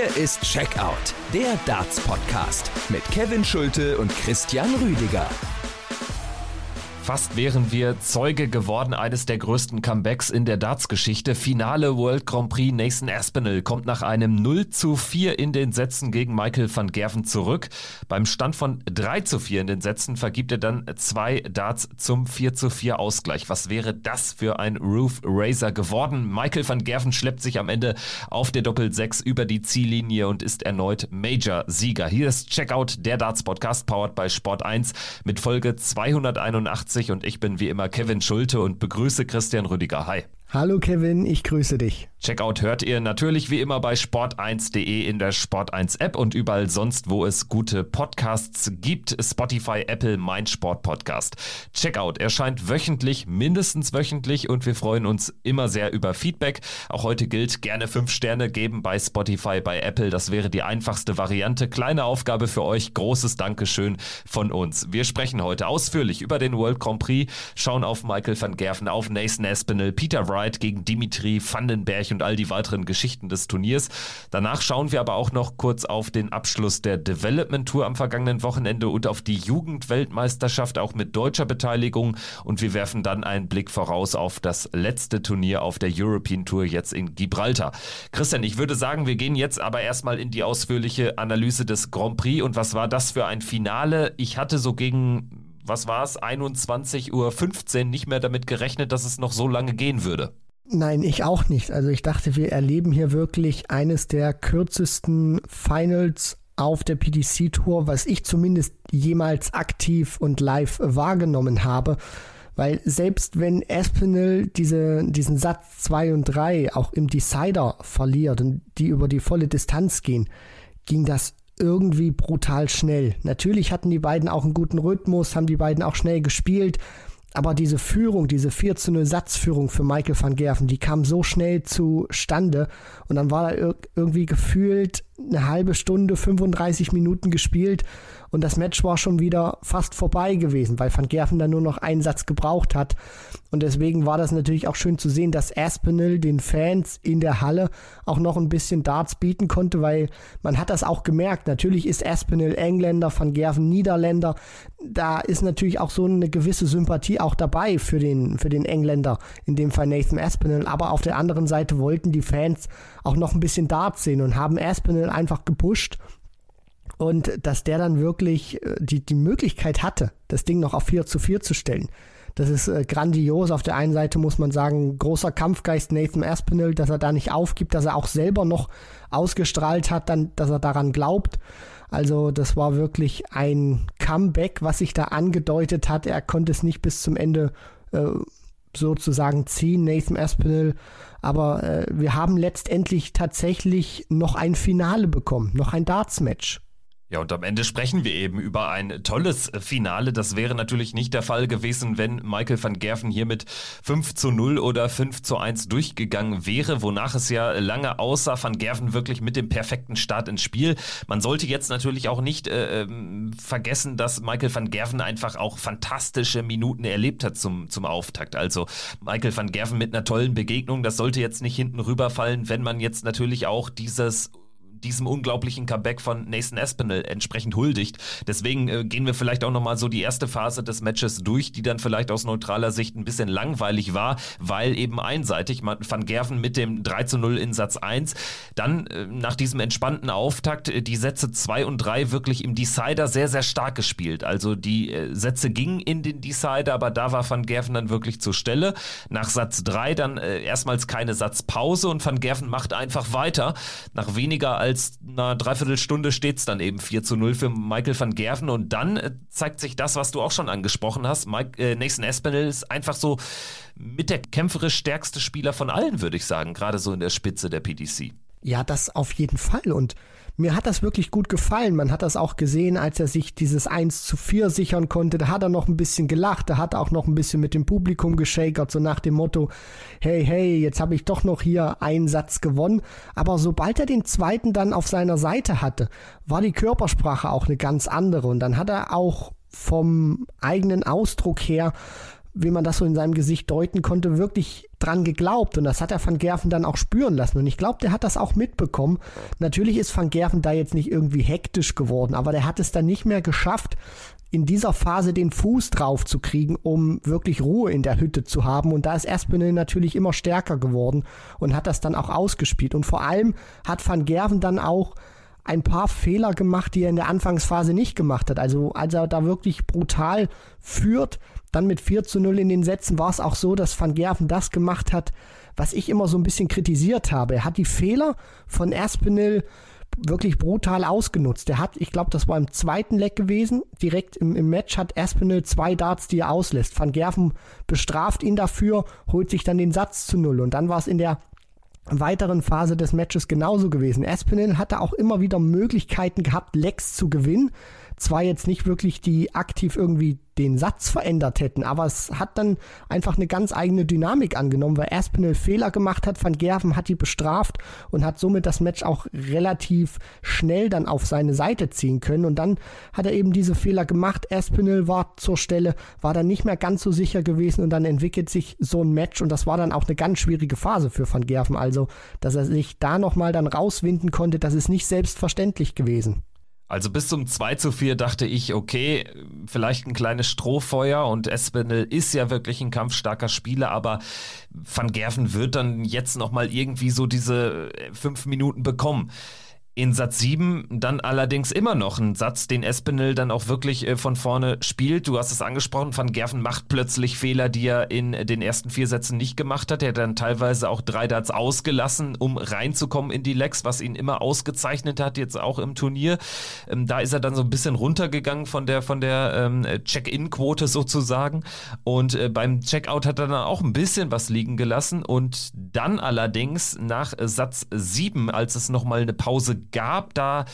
Hier ist Checkout, der Darts-Podcast mit Kevin Schulte und Christian Rüdiger. Fast wären wir Zeuge geworden eines der größten Comebacks in der Darts-Geschichte. Finale World Grand Prix. Nathan Aspinall kommt nach einem 0:4 in den Sätzen gegen Michael van Gerwen zurück. Beim Stand von 3:4 in den Sätzen vergibt er dann 2 Darts zum 4:4 Ausgleich. Was wäre das für ein Roof Raiser geworden? Michael van Gerwen schleppt sich am Ende auf der Doppel-6 über die Ziellinie und ist erneut Major-Sieger. Hier ist Checkout, der Darts-Podcast, powered by Sport 1 mit Folge 281. Und ich bin wie immer Kevin Schulte und begrüße Christian Rüdiger. Hi. Hallo Kevin, ich grüße dich. Checkout hört ihr natürlich wie immer bei sport1.de, in der Sport1 App und überall sonst, wo es gute Podcasts gibt. Spotify, Apple, mein Sport-Podcast. Checkout erscheint wöchentlich, mindestens wöchentlich, und wir freuen uns immer sehr über Feedback. Auch heute gilt, gerne 5 Sterne geben bei Spotify, bei Apple. Das wäre die einfachste Variante. Kleine Aufgabe für euch, großes Dankeschön von uns. Wir sprechen heute ausführlich über den World Grand Prix, schauen auf Michael van Gerwen, auf Nathan Aspinall, Peter Wright gegen Dimitri Vandenberg und all die weiteren Geschichten des Turniers. Danach schauen wir aber auch noch kurz auf den Abschluss der Development Tour am vergangenen Wochenende und auf die Jugendweltmeisterschaft, auch mit deutscher Beteiligung, und wir werfen dann einen Blick voraus auf das letzte Turnier auf der European Tour jetzt in Gibraltar. Christian, ich würde sagen, wir gehen jetzt aber erstmal in die ausführliche Analyse des Grand Prix. Und was war das für ein Finale? Ich hatte so gegen 21:15 Uhr nicht mehr damit gerechnet, dass es noch so lange gehen würde. Nein, ich auch nicht. Also ich dachte, wir erleben hier wirklich eines der kürzesten Finals auf der PDC-Tour, was ich zumindest jemals aktiv und live wahrgenommen habe. Weil selbst wenn Aspinall diesen Satz 2 und 3 auch im Decider verliert und die über die volle Distanz gehen, ging das irgendwie brutal schnell. Natürlich hatten die beiden auch einen guten Rhythmus, haben die beiden auch schnell gespielt, aber diese Führung, diese 4:0 Satzführung für Michael van Gerwen, die kam so schnell zustande und dann war da irgendwie gefühlt eine halbe Stunde, 35 Minuten gespielt und das Match war schon wieder fast vorbei gewesen, weil van Gerwen dann nur noch einen Satz gebraucht hat. Und deswegen war das natürlich auch schön zu sehen, dass Aspinall den Fans in der Halle auch noch ein bisschen Darts bieten konnte, weil man hat das auch gemerkt. Natürlich ist Aspinall Engländer, van Gerwen Niederländer. Da ist natürlich auch so eine gewisse Sympathie auch dabei für den Engländer, in dem Fall Nathan Aspinall. Aber auf der anderen Seite wollten die Fans auch noch ein bisschen Darts sehen und haben Aspinall einfach gepusht. Und dass der dann wirklich die Möglichkeit hatte, das Ding noch auf 4:4 zu stellen. Das ist grandios. Auf der einen Seite muss man sagen, großer Kampfgeist Nathan Aspinall, dass er da nicht aufgibt, dass er auch selber noch ausgestrahlt hat, dann, dass er daran glaubt. Also das war wirklich ein Comeback, was sich da angedeutet hat. Er konnte es nicht bis zum Ende sozusagen ziehen, Nathan Aspinall. Aber wir haben letztendlich tatsächlich noch ein Finale bekommen, noch ein Darts-Match. Ja, und am Ende sprechen wir eben über ein tolles Finale. Das wäre natürlich nicht der Fall gewesen, wenn Michael van Gerwen hier mit 5:0 oder 5:1 durchgegangen wäre, wonach es ja lange aussah. Van Gerwen wirklich mit dem perfekten Start ins Spiel. Man sollte jetzt natürlich auch nicht vergessen, dass Michael van Gerwen einfach auch fantastische Minuten erlebt hat zum Auftakt. Also Michael van Gerwen mit einer tollen Begegnung, das sollte jetzt nicht hinten rüberfallen, wenn man jetzt natürlich auch diesem unglaublichen Comeback von Nathan Aspinall entsprechend huldigt. Deswegen gehen wir vielleicht auch nochmal so die erste Phase des Matches durch, die dann vielleicht aus neutraler Sicht ein bisschen langweilig war, weil eben einseitig Van Gerwen mit dem 3:0 in Satz 1, dann nach diesem entspannten Auftakt die Sätze 2 und 3 wirklich im Decider sehr, sehr stark gespielt. Also die Sätze gingen in den Decider, aber da war Van Gerwen dann wirklich zur Stelle. Nach Satz 3 dann erstmals keine Satzpause und Van Gerwen macht einfach weiter. Nach weniger als einer Dreiviertelstunde steht es dann eben 4:0 für Michael van Gerwen und dann zeigt sich das, was du auch schon angesprochen hast. Nathan Aspinall ist einfach so mit der kämpferisch stärkste Spieler von allen, würde ich sagen, gerade so in der Spitze der PDC. Ja, das auf jeden Fall und mir hat das wirklich gut gefallen. Man hat das auch gesehen, als er sich dieses 1:4 sichern konnte. Da hat er noch ein bisschen gelacht, da hat er auch noch ein bisschen mit dem Publikum geschakert, so nach dem Motto, hey, jetzt habe ich doch noch hier einen Satz gewonnen. Aber sobald er den zweiten dann auf seiner Seite hatte, war die Körpersprache auch eine ganz andere. Und dann hat er auch vom eigenen Ausdruck her wie man das so in seinem Gesicht deuten konnte, wirklich dran geglaubt. Und das hat er Van Gerven dann auch spüren lassen. Und ich glaube, der hat das auch mitbekommen. Natürlich ist Van Gerven da jetzt nicht irgendwie hektisch geworden, aber der hat es dann nicht mehr geschafft, in dieser Phase den Fuß drauf zu kriegen, um wirklich Ruhe in der Hütte zu haben. Und da ist Aspinall natürlich immer stärker geworden und hat das dann auch ausgespielt. Und vor allem hat Van Gerven dann auch ein paar Fehler gemacht, die er in der Anfangsphase nicht gemacht hat. Also als er da wirklich brutal führt, dann mit 4:0 in den Sätzen, war es auch so, dass Van Gerven das gemacht hat, was ich immer so ein bisschen kritisiert habe. Er hat die Fehler von Aspinall wirklich brutal ausgenutzt. Er hat, ich glaube, das war im zweiten Leg gewesen, direkt im Match hat Aspinall 2 Darts, die er auslässt. Van Gerven bestraft ihn dafür, holt sich dann den Satz zu 0. Und dann war es in der weiteren Phase des Matches genauso gewesen. Aspinall hatte auch immer wieder Möglichkeiten gehabt, Legs zu gewinnen. Zwar jetzt nicht wirklich, die aktiv irgendwie den Satz verändert hätten, aber es hat dann einfach eine ganz eigene Dynamik angenommen, weil Aspinall Fehler gemacht hat, Van Gerven hat die bestraft und hat somit das Match auch relativ schnell dann auf seine Seite ziehen können. Und dann hat er eben diese Fehler gemacht. Aspinall war zur Stelle, war dann nicht mehr ganz so sicher gewesen und dann entwickelt sich so ein Match und das war dann auch eine ganz schwierige Phase für Van Gerven. Also, dass er sich da nochmal dann rauswinden konnte, das ist nicht selbstverständlich gewesen. Also bis zum 2:4 dachte ich, okay, vielleicht ein kleines Strohfeuer und Aspinall ist ja wirklich ein kampfstarker Spieler, aber Van Gerven wird dann jetzt nochmal irgendwie so diese 5 Minuten bekommen. In Satz 7 dann allerdings immer noch ein Satz, den Aspinall dann auch wirklich von vorne spielt. Du hast es angesprochen, Van Gerven macht plötzlich Fehler, die er in den ersten 4 Sätzen nicht gemacht hat. Er hat dann teilweise auch 3 Darts ausgelassen, um reinzukommen in die Legs, was ihn immer ausgezeichnet hat, jetzt auch im Turnier. Da ist er dann so ein bisschen runtergegangen von der Check-In-Quote sozusagen. Und beim Checkout hat er dann auch ein bisschen was liegen gelassen. Und dann allerdings nach Satz 7, als es nochmal eine Pause gab, da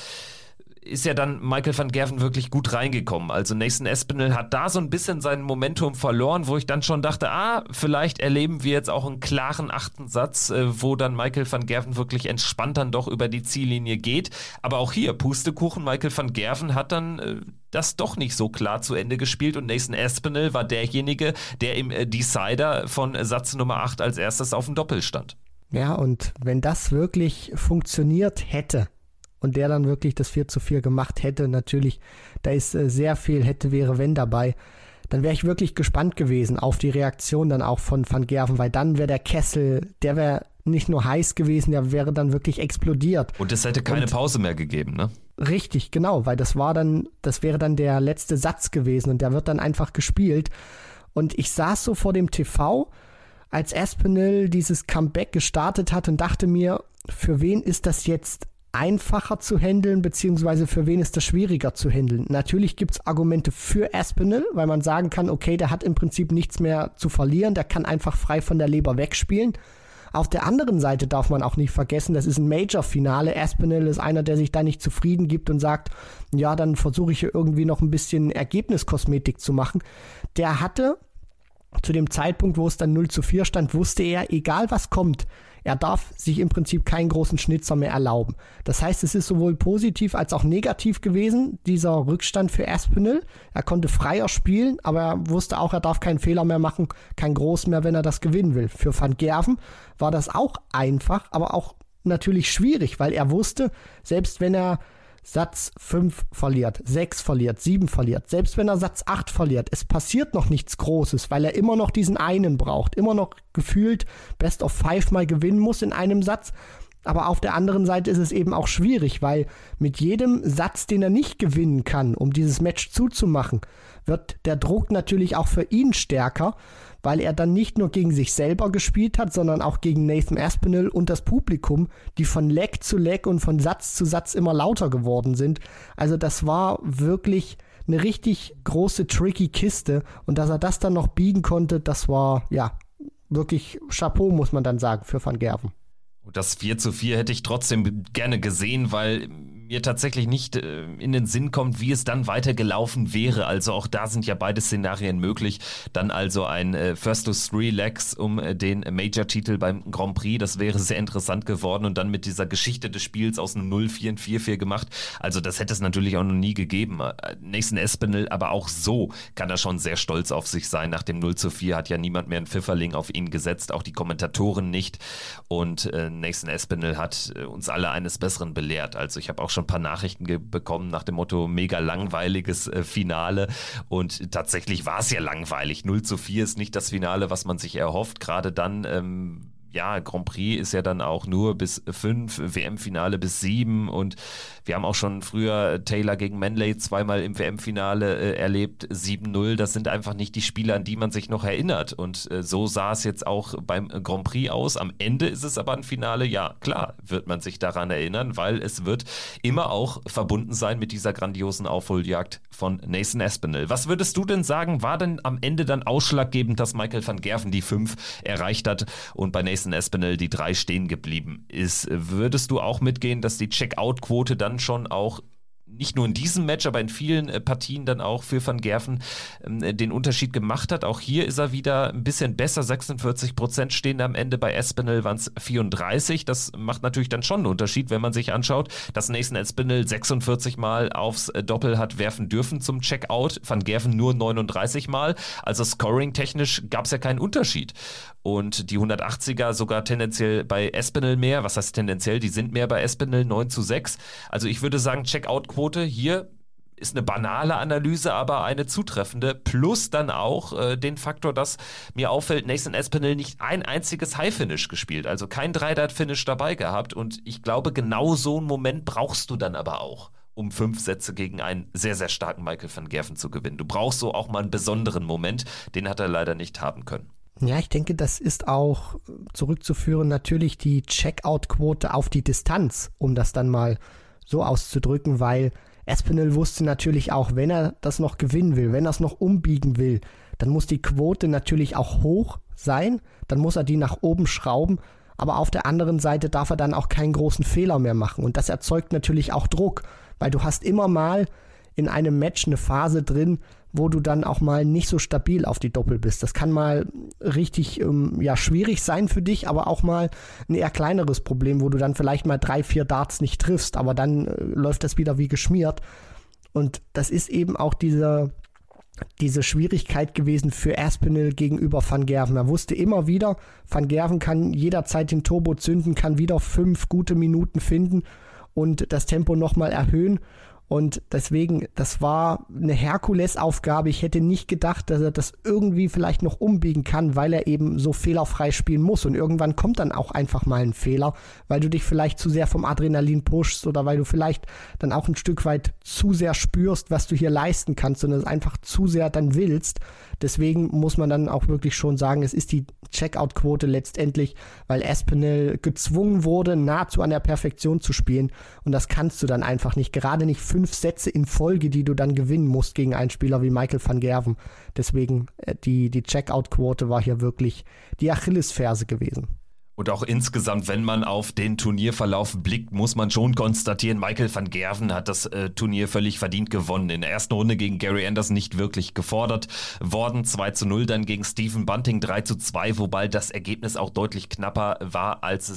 ist ja dann Michael van Gerven wirklich gut reingekommen. Also Nathan Aspinall hat da so ein bisschen sein Momentum verloren, wo ich dann schon dachte, vielleicht erleben wir jetzt auch einen klaren 8. Satz, wo dann Michael van Gerven wirklich entspannt dann doch über die Ziellinie geht. Aber auch hier, Pustekuchen, Michael van Gerven hat dann das doch nicht so klar zu Ende gespielt und Nathan Aspinall war derjenige, der im Decider von Satz Nummer 8 als erstes auf dem Doppel stand. Ja, und wenn das wirklich funktioniert hätte und der dann wirklich das 4:4 gemacht hätte, natürlich, da ist sehr viel hätte, wäre, wenn dabei, dann wäre ich wirklich gespannt gewesen auf die Reaktion dann auch von Van Gerven, weil dann wäre der Kessel, der wäre nicht nur heiß gewesen, der wäre dann wirklich explodiert. Und es hätte keine Pause mehr gegeben, ne? Richtig, genau, weil das wäre dann der letzte Satz gewesen und der wird dann einfach gespielt. Und ich saß so vor dem TV, als Aspinall dieses Comeback gestartet hat und dachte mir, für wen ist das jetzt einfacher zu handeln, beziehungsweise für wen ist das schwieriger zu handeln? Natürlich gibt es Argumente für Aspinall, weil man sagen kann, okay, der hat im Prinzip nichts mehr zu verlieren, der kann einfach frei von der Leber wegspielen. Auf der anderen Seite darf man auch nicht vergessen, das ist ein Major-Finale. Aspinall ist einer, der sich da nicht zufrieden gibt und sagt, ja, dann versuche ich hier irgendwie noch ein bisschen Ergebniskosmetik zu machen. Der hatte zu dem Zeitpunkt, wo es dann 0:4 stand, wusste er, egal was kommt, er darf sich im Prinzip keinen großen Schnitzer mehr erlauben. Das heißt, es ist sowohl positiv als auch negativ gewesen, dieser Rückstand für Aspinall. Er konnte freier spielen, aber er wusste auch, er darf keinen Fehler mehr machen, keinen großen mehr, wenn er das gewinnen will. Für Van Gerven war das auch einfach, aber auch natürlich schwierig, weil er wusste, selbst wenn er Satz 5 verliert, 6 verliert, 7 verliert, selbst wenn er Satz 8 verliert, es passiert noch nichts Großes, weil er immer noch diesen einen braucht, immer noch gefühlt Best of 5 mal gewinnen muss in einem Satz. Aber auf der anderen Seite ist es eben auch schwierig, weil mit jedem Satz, den er nicht gewinnen kann, um dieses Match zuzumachen, wird der Druck natürlich auch für ihn stärker, weil er dann nicht nur gegen sich selber gespielt hat, sondern auch gegen Nathan Aspinall und das Publikum, die von Leg zu Leg und von Satz zu Satz immer lauter geworden sind. Also das war wirklich eine richtig große, tricky Kiste und dass er das dann noch biegen konnte, das war ja wirklich Chapeau, muss man dann sagen, für Van Gerven. Das 4:4 hätte ich trotzdem gerne gesehen, weil mir tatsächlich nicht in den Sinn kommt, wie es dann weitergelaufen wäre. Also auch da sind ja beide Szenarien möglich. Dann also ein First to Three Legs um den Major-Titel beim Grand Prix. Das wäre sehr interessant geworden und dann mit dieser Geschichte des Spiels aus einem 0-4 ein 4-4 gemacht. Also das hätte es natürlich auch noch nie gegeben. Nathan Aspinall, aber auch so kann er schon sehr stolz auf sich sein. Nach dem 0-4 hat ja niemand mehr einen Pfifferling auf ihn gesetzt, auch die Kommentatoren nicht. Und Nathan Aspinall hat uns alle eines Besseren belehrt. Also ich habe auch schon ein paar Nachrichten bekommen nach dem Motto mega langweiliges Finale und tatsächlich war es ja langweilig. 0-4 ist nicht das Finale, was man sich erhofft, gerade dann Grand Prix ist ja dann auch nur bis 5, WM-Finale bis 7 und wir haben auch schon früher Taylor gegen Manley zweimal im WM-Finale erlebt, 7-0, das sind einfach nicht die Spiele, an die man sich noch erinnert und so sah es jetzt auch beim Grand Prix aus. Am Ende ist es aber ein Finale, ja klar, wird man sich daran erinnern, weil es wird immer auch verbunden sein mit dieser grandiosen Aufholjagd von Nathan Aspinall. Was würdest du denn sagen, war denn am Ende dann ausschlaggebend, dass Michael van Gerven die 5 erreicht hat und bei Nathan Aspinall die 3 stehen geblieben ist? Würdest du auch mitgehen, dass die Checkout-Quote dann schon auch nicht nur in diesem Match, aber in vielen Partien dann auch für Van Gerven den Unterschied gemacht hat? Auch hier ist er wieder ein bisschen besser, 46% stehen am Ende, bei Aspinall waren es 34%. Das macht natürlich dann schon einen Unterschied, wenn man sich anschaut, dass Nathan Aspinall 46 Mal aufs Doppel hat werfen dürfen zum Checkout, Van Gerven nur 39 Mal. Also scoring-technisch gab es ja keinen Unterschied. Und die 180er sogar tendenziell bei Aspinall mehr. Was heißt tendenziell? Die sind mehr bei Aspinall, 9-6. Also ich würde sagen, Checkout-Quote hier ist eine banale Analyse, aber eine zutreffende. Plus dann auch den Faktor, dass mir auffällt, Nathan Aspinall nicht ein einziges High-Finish gespielt. Also kein 3-Dart-Finish dabei gehabt. Und ich glaube, genau so einen Moment brauchst du dann aber auch, um 5 Sätze gegen einen sehr, sehr starken Michael van Gerven zu gewinnen. Du brauchst so auch mal einen besonderen Moment. Den hat er leider nicht haben können. Ja, ich denke, das ist auch zurückzuführen, natürlich die Checkout-Quote auf die Distanz, um das dann mal so auszudrücken, weil Aspinall wusste natürlich auch, wenn er das noch gewinnen will, wenn er es noch umbiegen will, dann muss die Quote natürlich auch hoch sein, dann muss er die nach oben schrauben, aber auf der anderen Seite darf er dann auch keinen großen Fehler mehr machen und das erzeugt natürlich auch Druck, weil du hast immer mal in einem Match eine Phase drin, wo du dann auch mal nicht so stabil auf die Doppel bist. Das kann mal richtig schwierig sein für dich, aber auch mal ein eher kleineres Problem, wo du dann vielleicht mal 3-4 Darts nicht triffst, aber dann läuft das wieder wie geschmiert. Und das ist eben auch diese Schwierigkeit gewesen für Aspinall gegenüber Van Gerven. Er wusste immer wieder, Van Gerven kann jederzeit den Turbo zünden, kann wieder 5 gute Minuten finden und das Tempo nochmal erhöhen. Und deswegen, das war eine Herkulesaufgabe. Ich hätte nicht gedacht, dass er das irgendwie vielleicht noch umbiegen kann, weil er eben so fehlerfrei spielen muss. Und irgendwann kommt dann auch einfach mal ein Fehler, weil du dich vielleicht zu sehr vom Adrenalin pushst oder weil du vielleicht dann auch ein Stück weit zu sehr spürst, was du hier leisten kannst und es einfach zu sehr dann willst. Deswegen muss man dann auch wirklich schon sagen, es ist die Checkout-Quote letztendlich, weil Aspinall gezwungen wurde, nahezu an der Perfektion zu spielen. Und das kannst du dann einfach nicht. Gerade nicht 5 Sätze in Folge, die du dann gewinnen musst gegen einen Spieler wie Michael van Gerven. Deswegen die Checkout-Quote war hier wirklich die Achillesferse gewesen. Und auch insgesamt, wenn man auf den Turnierverlauf blickt, muss man schon konstatieren, Michael van Gerven hat das Turnier völlig verdient gewonnen. In der ersten Runde gegen Gary Anderson nicht wirklich gefordert worden, 2-0, dann gegen Stephen Bunting 3-2, wobei das Ergebnis auch deutlich knapper war, als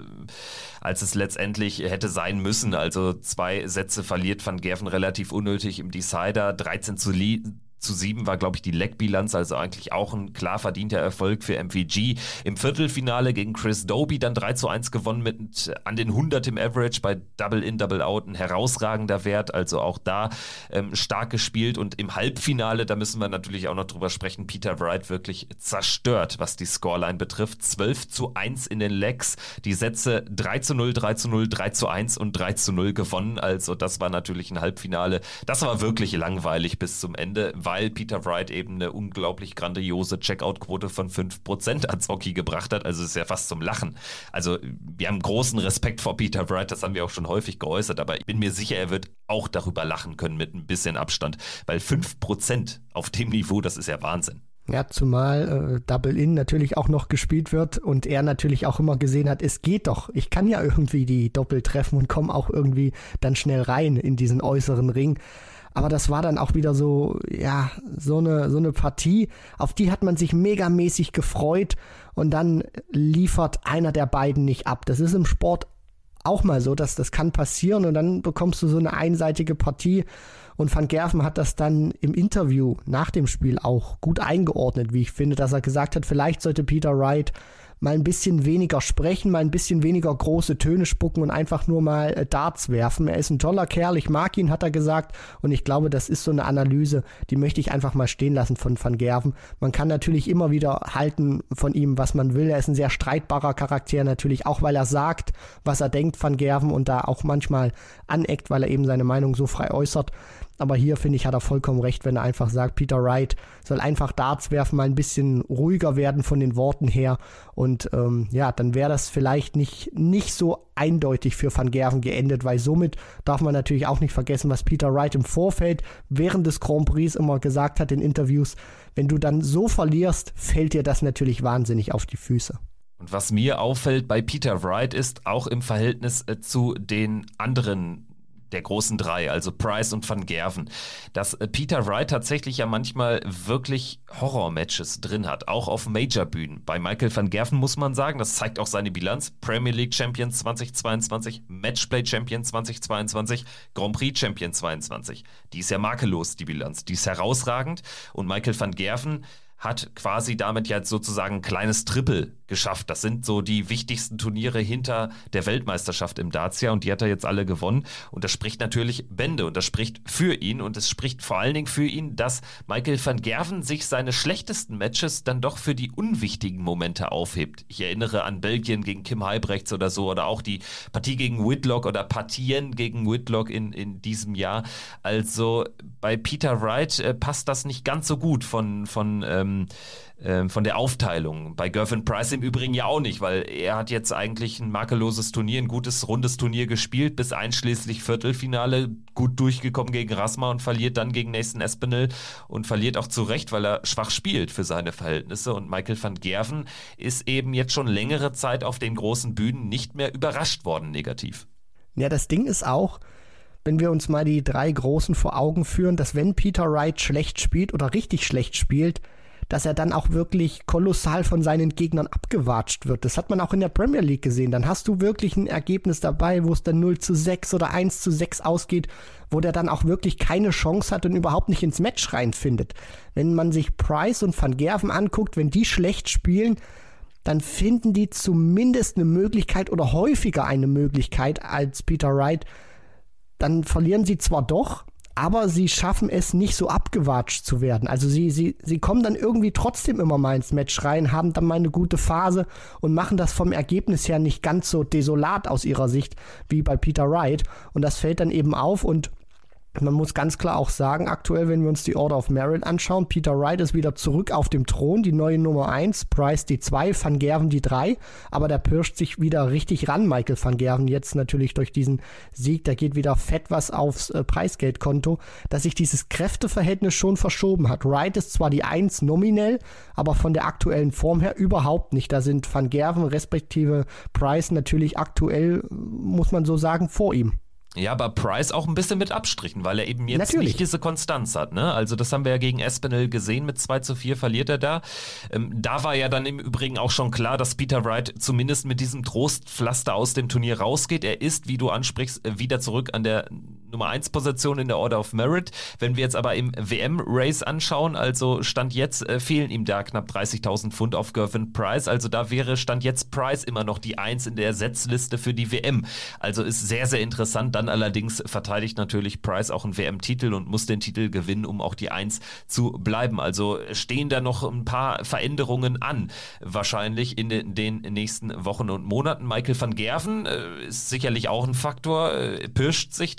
es letztendlich hätte sein müssen. Also 2 Sätze verliert van Gerven relativ unnötig im Decider, 13-7 war, glaube ich, die Leckbilanz, also eigentlich auch ein klar verdienter Erfolg für MVG. Im Viertelfinale gegen Chris Dobie dann 3-1 gewonnen mit an den 100 im Average bei Double-In, Double-Out, ein herausragender Wert, also auch da stark gespielt. Und im Halbfinale, da müssen wir natürlich auch noch drüber sprechen, Peter Wright wirklich zerstört, was die Scoreline betrifft. 12-1 in den Legs, die Sätze 3-0, 3-0, 3-1 und 3-0 gewonnen. Also das war natürlich ein Halbfinale. Das war wirklich langweilig bis zum Ende, weil Peter Wright eben eine unglaublich grandiose Checkout-Quote von 5% ans Hockey gebracht hat. Also ist ja fast zum Lachen. Also wir haben großen Respekt vor Peter Wright, das haben wir auch schon häufig geäußert, aber ich bin mir sicher, er wird auch darüber lachen können mit ein bisschen Abstand, weil 5% auf dem Niveau, das ist ja Wahnsinn. Ja, zumal Double-In natürlich auch noch gespielt wird und er natürlich auch immer gesehen hat, es geht doch. Ich kann ja irgendwie die Doppel treffen und komme auch irgendwie dann schnell rein in diesen äußeren Ring. Aber das war dann auch wieder so, ja, so eine Partie, auf die hat man sich megamäßig gefreut und dann liefert einer der beiden nicht ab. Das ist im Sport auch mal so, dass das kann passieren und dann bekommst du so eine einseitige Partie. Und Van Gerven hat das dann im Interview nach dem Spiel auch gut eingeordnet, wie ich finde, dass er gesagt hat, vielleicht sollte Peter Wright mal ein bisschen weniger sprechen, mal ein bisschen weniger große Töne spucken und einfach nur mal Darts werfen. Er ist ein toller Kerl, ich mag ihn, hat er gesagt. Und ich glaube, das ist so eine Analyse, die möchte ich einfach mal stehen lassen von Van Gerven. Man kann natürlich immer wieder halten von ihm, was man will. Er ist ein sehr streitbarer Charakter natürlich, auch weil er sagt, was er denkt, Van Gerven, und da auch manchmal aneckt, weil er eben seine Meinung so frei äußert. Aber hier, finde ich, hat er vollkommen recht, wenn er einfach sagt, Peter Wright soll einfach Darts werfen, mal ein bisschen ruhiger werden von den Worten her. Und dann wäre das vielleicht nicht so eindeutig für Van Gerven geendet, weil somit darf man natürlich auch nicht vergessen, was Peter Wright im Vorfeld während des Grand Prix immer gesagt hat in Interviews. Wenn du dann so verlierst, fällt dir das natürlich wahnsinnig auf die Füße. Und was mir auffällt bei Peter Wright ist auch im Verhältnis zu den anderen der großen drei, also Price und Van Gerven, dass Peter Wright tatsächlich ja manchmal wirklich Horror-Matches drin hat, auch auf Major-Bühnen. Bei Michael van Gerven muss man sagen, das zeigt auch seine Bilanz, Premier League Champion 2022, Matchplay Champion 2022, Grand Prix Champion 22. Die ist ja makellos, die Bilanz, die ist herausragend und Michael van Gerven hat quasi damit jetzt sozusagen ein kleines Triple geschafft. Das sind so die wichtigsten Turniere hinter der Weltmeisterschaft im Darts und die hat er jetzt alle gewonnen und das spricht natürlich Bände und das spricht für ihn und es spricht vor allen Dingen für ihn, dass Michael van Gerven sich seine schlechtesten Matches dann doch für die unwichtigen Momente aufhebt. Ich erinnere an Belgien gegen Kim Huybrechts oder so oder auch die Partie gegen Whitlock oder Partien gegen Whitlock in diesem Jahr. Also bei Peter Wright passt das nicht ganz so gut von der Aufteilung. Bei Gervin Price im Übrigen ja auch nicht, weil er hat jetzt eigentlich ein makelloses Turnier, ein gutes, rundes Turnier gespielt, bis einschließlich Viertelfinale, gut durchgekommen gegen Rasma und verliert dann gegen Nathan Aspinall und verliert auch zu Recht, weil er schwach spielt für seine Verhältnisse. Und Michael van Gerven ist eben jetzt schon längere Zeit auf den großen Bühnen nicht mehr überrascht worden negativ. Ja, das Ding ist auch, wenn wir uns mal die drei Großen vor Augen führen, dass wenn Peter Wright schlecht spielt oder richtig schlecht spielt, dass er dann auch wirklich kolossal von seinen Gegnern abgewatscht wird. Das hat man auch in der Premier League gesehen. Dann hast du wirklich ein Ergebnis dabei, wo es dann 0:6 oder 1:6 ausgeht, wo der dann auch wirklich keine Chance hat und überhaupt nicht ins Match reinfindet. Wenn man sich Price und Van Gerven anguckt, wenn die schlecht spielen, dann finden die zumindest eine Möglichkeit oder häufiger eine Möglichkeit als Peter Wright. Dann verlieren sie zwar doch, aber sie schaffen es nicht so abgewatscht zu werden. Also sie kommen dann irgendwie trotzdem immer mal ins Match rein, haben dann mal eine gute Phase und machen das vom Ergebnis her nicht ganz so desolat aus ihrer Sicht wie bei Peter Wright. Und das fällt dann eben auf und man muss ganz klar auch sagen, aktuell, wenn wir uns die Order of Merit anschauen, Peter Wright ist wieder zurück auf dem Thron, die neue Nummer 1, Price die 2, Van Gerven die 3, aber der pirscht sich wieder richtig ran, Michael van Gerven, jetzt natürlich durch diesen Sieg, da geht wieder fett was aufs Preisgeldkonto, dass sich dieses Kräfteverhältnis schon verschoben hat. Wright ist zwar die 1 nominell, aber von der aktuellen Form her überhaupt nicht. Da sind Van Gerven respektive Price natürlich aktuell, muss man so sagen, vor ihm. Ja, aber Price auch ein bisschen mit Abstrichen, weil er eben jetzt Natürlich nicht diese Konstanz hat. Ne? Also das haben wir ja gegen Aspinall gesehen, mit 2:4 verliert er da. Da war ja dann im Übrigen auch schon klar, dass Peter Wright zumindest mit diesem Trostpflaster aus dem Turnier rausgeht. Er ist, wie du ansprichst, wieder zurück an der Nummer 1 Position in der Order of Merit. Wenn wir jetzt aber im WM-Race anschauen, also Stand jetzt fehlen ihm da knapp 30.000 Pfund auf Gervin Price. Also da wäre Stand jetzt Price immer noch die 1 in der Setzliste für die WM. Also ist sehr, sehr interessant. Dann allerdings verteidigt natürlich Price auch einen WM-Titel und muss den Titel gewinnen, um auch die 1 zu bleiben. Also stehen da noch ein paar Veränderungen an, wahrscheinlich in den nächsten Wochen und Monaten. Michael van Gerven ist sicherlich auch ein Faktor, pirscht sich tatsächlich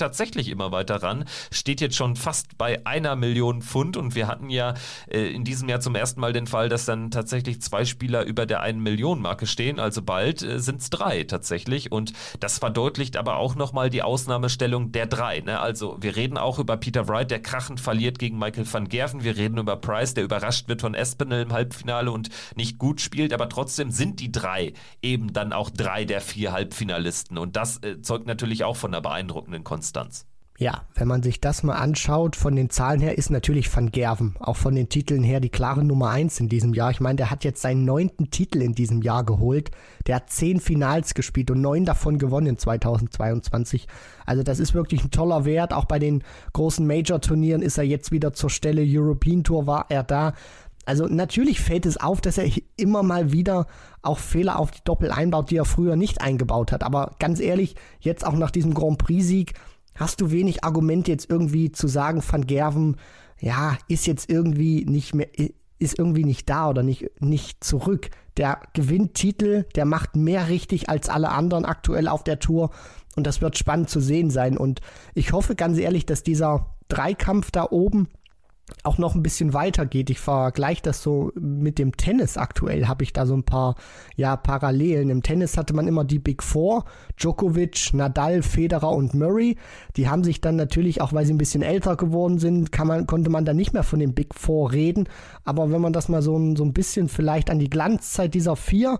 wirklich immer weiter ran, steht jetzt schon fast bei 1 Million Pfund und wir hatten ja in diesem Jahr zum ersten Mal den Fall, dass dann tatsächlich 2 Spieler über der 1 Million Marke stehen, also bald sind es 3 tatsächlich und das verdeutlicht aber auch nochmal die Ausnahmestellung der 3. Ne? Also wir reden auch über Peter Wright, der krachend verliert gegen Michael van Gerven, wir reden über Price, der überrascht wird von Espinel im Halbfinale und nicht gut spielt, aber trotzdem sind die 3 eben dann auch 3 der 4 Halbfinalisten und das zeugt natürlich auch von einer beeindruckenden Konstanz. Ja, wenn man sich das mal anschaut, von den Zahlen her ist natürlich Van Gerven, auch von den Titeln her, die klare Nummer 1 in diesem Jahr. Ich meine, der hat jetzt seinen 9. Titel in diesem Jahr geholt. Der hat 10 Finals gespielt und 9 davon gewonnen in 2022. Also das ist wirklich ein toller Wert. Auch bei den großen Major-Turnieren ist er jetzt wieder zur Stelle. European Tour war er da. Also natürlich fällt es auf, dass er immer mal wieder auch Fehler auf die Doppel einbaut, die er früher nicht eingebaut hat. Aber ganz ehrlich, jetzt auch nach diesem Grand Prix-Sieg hast du wenig Argumente jetzt irgendwie zu sagen, Van Gerven, ja, ist jetzt irgendwie nicht mehr, ist irgendwie nicht da oder nicht zurück. Der gewinnt Titel, der macht mehr richtig als alle anderen aktuell auf der Tour und das wird spannend zu sehen sein. Und ich hoffe ganz ehrlich, dass dieser Dreikampf da oben auch noch ein bisschen weitergeht. Ich vergleiche das so mit dem Tennis aktuell, habe ich da so ein paar Parallelen. Im Tennis hatte man immer die Big Four, Djokovic, Nadal, Federer und Murray. Die haben sich dann natürlich, auch weil sie ein bisschen älter geworden sind, konnte man dann nicht mehr von den Big Four reden. Aber wenn man das mal so ein bisschen vielleicht an die Glanzzeit dieser 4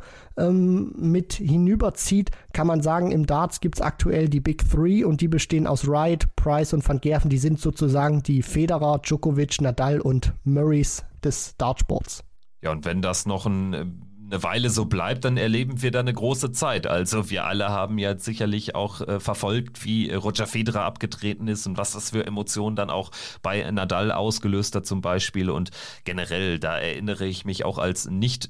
mit hinüberzieht, kann man sagen, im Darts gibt es aktuell die Big Three und die bestehen aus Wright, Price und Van Gerven. Die sind sozusagen die Federer, Djokovic, Nadal und Murrays des Dartsports. Ja, und wenn das noch eine Weile so bleibt, dann erleben wir da eine große Zeit. Also wir alle haben ja sicherlich auch verfolgt, wie Roger Federer abgetreten ist und was das für Emotionen dann auch bei Nadal ausgelöst hat zum Beispiel. Und generell, da erinnere ich mich auch als nicht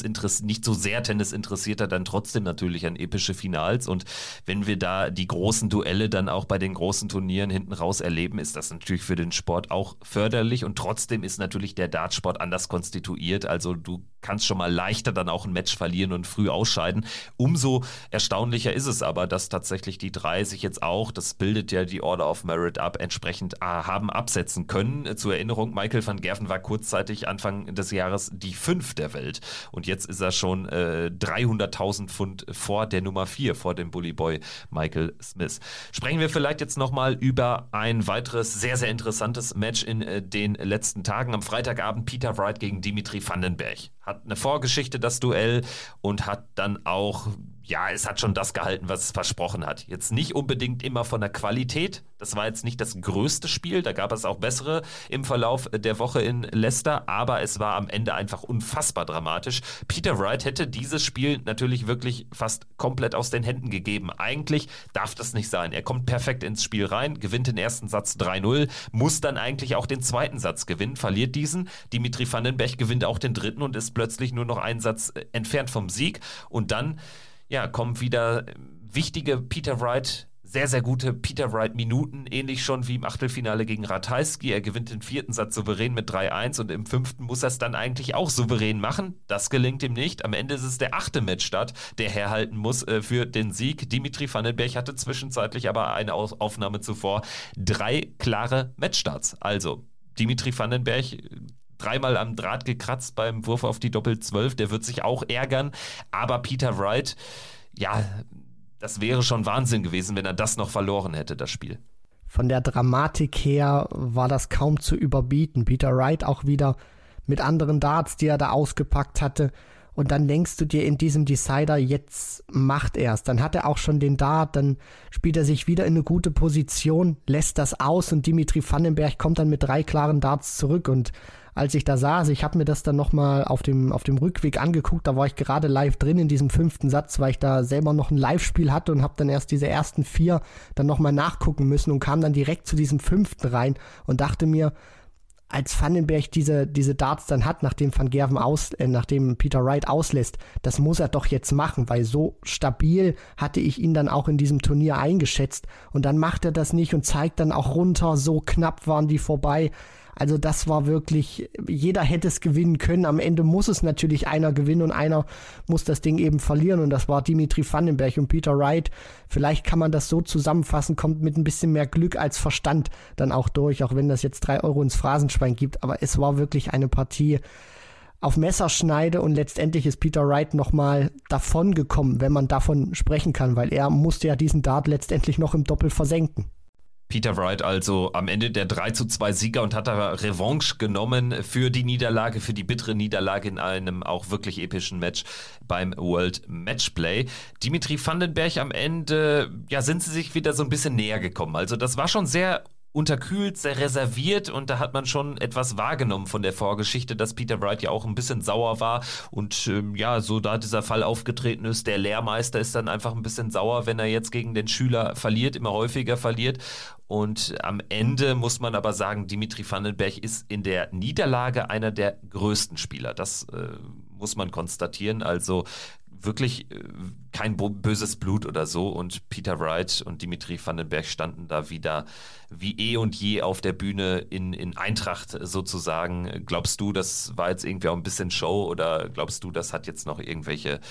so sehr Tennis-Interessierter dann trotzdem natürlich an epische Finals. Und wenn wir da die großen Duelle dann auch bei den großen Turnieren hinten raus erleben, ist das natürlich für den Sport auch förderlich. Und trotzdem ist natürlich der Dartsport anders konstituiert. Also du kannst schon mal leichter dann auch ein Match verlieren und früh ausscheiden. Umso erstaunlicher ist es aber, dass tatsächlich die 3 sich jetzt auch, das bildet ja die Order of Merit ab, entsprechend haben absetzen können. Zur Erinnerung, Michael van Gerven war kurzzeitig Anfang des Jahres die 5 der Welt und jetzt ist er schon 300.000 Pfund vor der Nummer 4, vor dem Bully Boy Michael Smith. Sprechen wir vielleicht jetzt nochmal über ein weiteres sehr, sehr interessantes Match in den letzten Tagen. Am Freitagabend Peter Wright gegen Dimitri Vandenberg. Hat eine Vorgeschichte, das Duell, und hat dann auch, es hat schon das gehalten, was es versprochen hat. Jetzt nicht unbedingt immer von der Qualität, das war jetzt nicht das größte Spiel, da gab es auch bessere im Verlauf der Woche in Leicester, aber es war am Ende einfach unfassbar dramatisch. Peter Wright hätte dieses Spiel natürlich wirklich fast komplett aus den Händen gegeben. Eigentlich darf das nicht sein. Er kommt perfekt ins Spiel rein, gewinnt den ersten Satz 3-0, muss dann eigentlich auch den zweiten Satz gewinnen, verliert diesen. Dimitri Vandenberg gewinnt auch den dritten und ist plötzlich nur noch einen Satz entfernt vom Sieg. Und dann kommen wieder wichtige Peter Wright, sehr, sehr gute Peter Wright-Minuten, ähnlich schon wie im Achtelfinale gegen Ratajski. Er gewinnt den 4. Satz souverän mit 3-1 und im 5. muss er es dann eigentlich auch souverän machen. Das gelingt ihm nicht. Am Ende ist es der 8. Matchstart, der herhalten muss für den Sieg. Dimitri Vandenberg hatte zwischenzeitlich aber eine Aufnahme zuvor 3 klare Matchstarts. Also Dimitri Vandenberg 3-mal am Draht gekratzt beim Wurf auf die Doppel-12, der wird sich auch ärgern, aber Peter Wright, das wäre schon Wahnsinn gewesen, wenn er das noch verloren hätte, das Spiel. Von der Dramatik her war das kaum zu überbieten. Peter Wright auch wieder mit anderen Darts, die er da ausgepackt hatte. Und dann denkst du dir in diesem Decider, jetzt macht er es. Dann hat er auch schon den Dart, dann spielt er sich wieder in eine gute Position, lässt das aus und Dimitri Vandenberg kommt dann mit 3 klaren Darts zurück. Und als ich da saß, ich habe mir das dann nochmal auf dem Rückweg angeguckt, da war ich gerade live drin in diesem 5. Satz, weil ich da selber noch ein Live-Spiel hatte und habe dann erst diese ersten 4 dann nochmal nachgucken müssen und kam dann direkt zu diesem 5. rein und dachte mir, als Vandenberg diese Darts dann hat, nachdem nachdem Peter Wright auslässt, das muss er doch jetzt machen, weil so stabil hatte ich ihn dann auch in diesem Turnier eingeschätzt und dann macht er das nicht und zeigt dann auch runter, so knapp waren die vorbei. Also das war wirklich, jeder hätte es gewinnen können. Am Ende muss es natürlich einer gewinnen und einer muss das Ding eben verlieren. Und das war Dimitri Vandenberg und Peter Wright. Vielleicht kann man das so zusammenfassen, kommt mit ein bisschen mehr Glück als Verstand dann auch durch, auch wenn das jetzt 3 Euro ins Phrasenschwein gibt. Aber es war wirklich eine Partie auf Messerschneide und letztendlich ist Peter Wright nochmal davon gekommen, wenn man davon sprechen kann, weil er musste ja diesen Dart letztendlich noch im Doppel versenken. Peter Wright also am Ende der 3:2 Sieger und hat da Revanche genommen für die Niederlage, für die bittere Niederlage in einem auch wirklich epischen Match beim World Matchplay. Dimitri Vandenberg am Ende, ja, sind sie sich wieder so ein bisschen näher gekommen. Also das war schon sehr unterkühlt, sehr reserviert und da hat man schon etwas wahrgenommen von der Vorgeschichte, dass Peter Wright ja auch ein bisschen sauer war und ja, so da dieser Fall aufgetreten ist, der Lehrmeister ist dann einfach ein bisschen sauer, wenn er jetzt gegen den Schüler verliert, immer häufiger verliert und am Ende muss man aber sagen, Dimitri Vandenberg ist in der Niederlage einer der größten Spieler, das muss man konstatieren, also wirklich kein böses Blut oder so und Peter Wright und Dimitri Vandenberg standen da wieder wie eh und je auf der Bühne in Eintracht sozusagen. Glaubst du, das war jetzt irgendwie auch ein bisschen Show oder glaubst du, das hat jetzt noch irgendwelche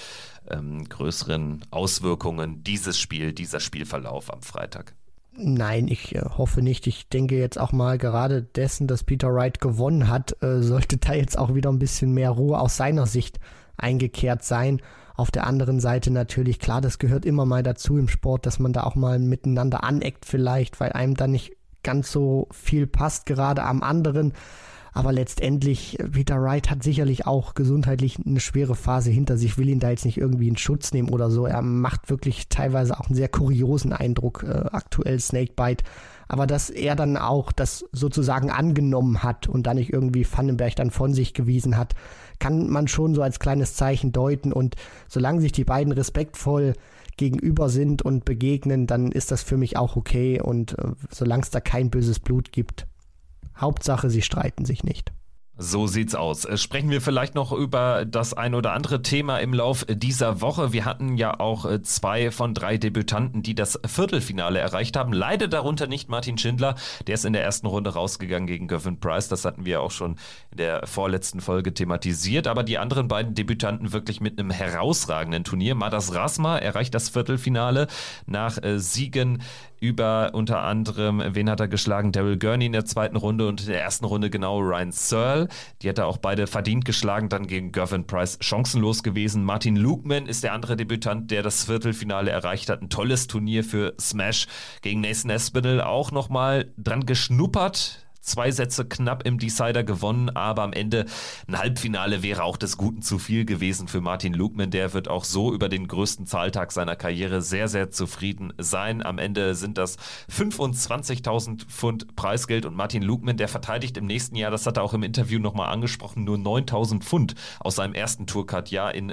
größeren Auswirkungen, dieser Spielverlauf am Freitag? Nein, ich hoffe nicht. Ich denke jetzt auch mal gerade dessen, dass Peter Wright gewonnen hat, sollte da jetzt auch wieder ein bisschen mehr Ruhe aus seiner Sicht eingekehrt sein. Auf der anderen Seite natürlich, klar, das gehört immer mal dazu im Sport, dass man da auch mal miteinander aneckt vielleicht, weil einem da nicht ganz so viel passt, gerade am anderen. Aber letztendlich, Peter Wright hat sicherlich auch gesundheitlich eine schwere Phase hinter sich, will ihn da jetzt nicht irgendwie in Schutz nehmen oder so. Er macht wirklich teilweise auch einen sehr kuriosen Eindruck, aktuell Snakebite. Aber dass er dann auch das sozusagen angenommen hat und dann nicht irgendwie Vandenberg dann von sich gewiesen hat, kann man schon so als kleines Zeichen deuten. Und solange sich die beiden respektvoll gegenüber sind und begegnen, dann ist das für mich auch okay. Und solange es da kein böses Blut gibt, Hauptsache, sie streiten sich nicht. So sieht's aus. Sprechen wir vielleicht noch über das ein oder andere Thema im Lauf dieser Woche. Wir hatten ja auch 2 von 3 Debütanten, die das Viertelfinale erreicht haben. Leider darunter nicht Martin Schindler. Der ist in der ersten Runde rausgegangen gegen Gervin Price. Das hatten wir auch schon in der vorletzten Folge thematisiert. Aber die anderen beiden Debütanten wirklich mit einem herausragenden Turnier. Madas Rasma erreicht das Viertelfinale nach Siegen über unter anderem, wen hat er geschlagen? Daryl Gurney in der zweiten Runde und in der ersten Runde genau Ryan Searle. Die hat er auch beide verdient geschlagen, dann gegen Gervin Price chancenlos gewesen. Martin Lukeman ist der andere Debütant, der das Viertelfinale erreicht hat. Ein tolles Turnier für Smash gegen Nathan Aspinall. Auch nochmal dran geschnuppert. 2 Sätze knapp im Decider gewonnen, aber am Ende ein Halbfinale wäre auch des Guten zu viel gewesen für Martin Lukeman. Der wird auch so über den größten Zahltag seiner Karriere sehr, sehr zufrieden sein. Am Ende sind das 25.000 Pfund Preisgeld und Martin Lukeman, der verteidigt im nächsten Jahr, das hat er auch im Interview nochmal angesprochen, nur 9.000 Pfund aus seinem ersten Tourcard-Jahr in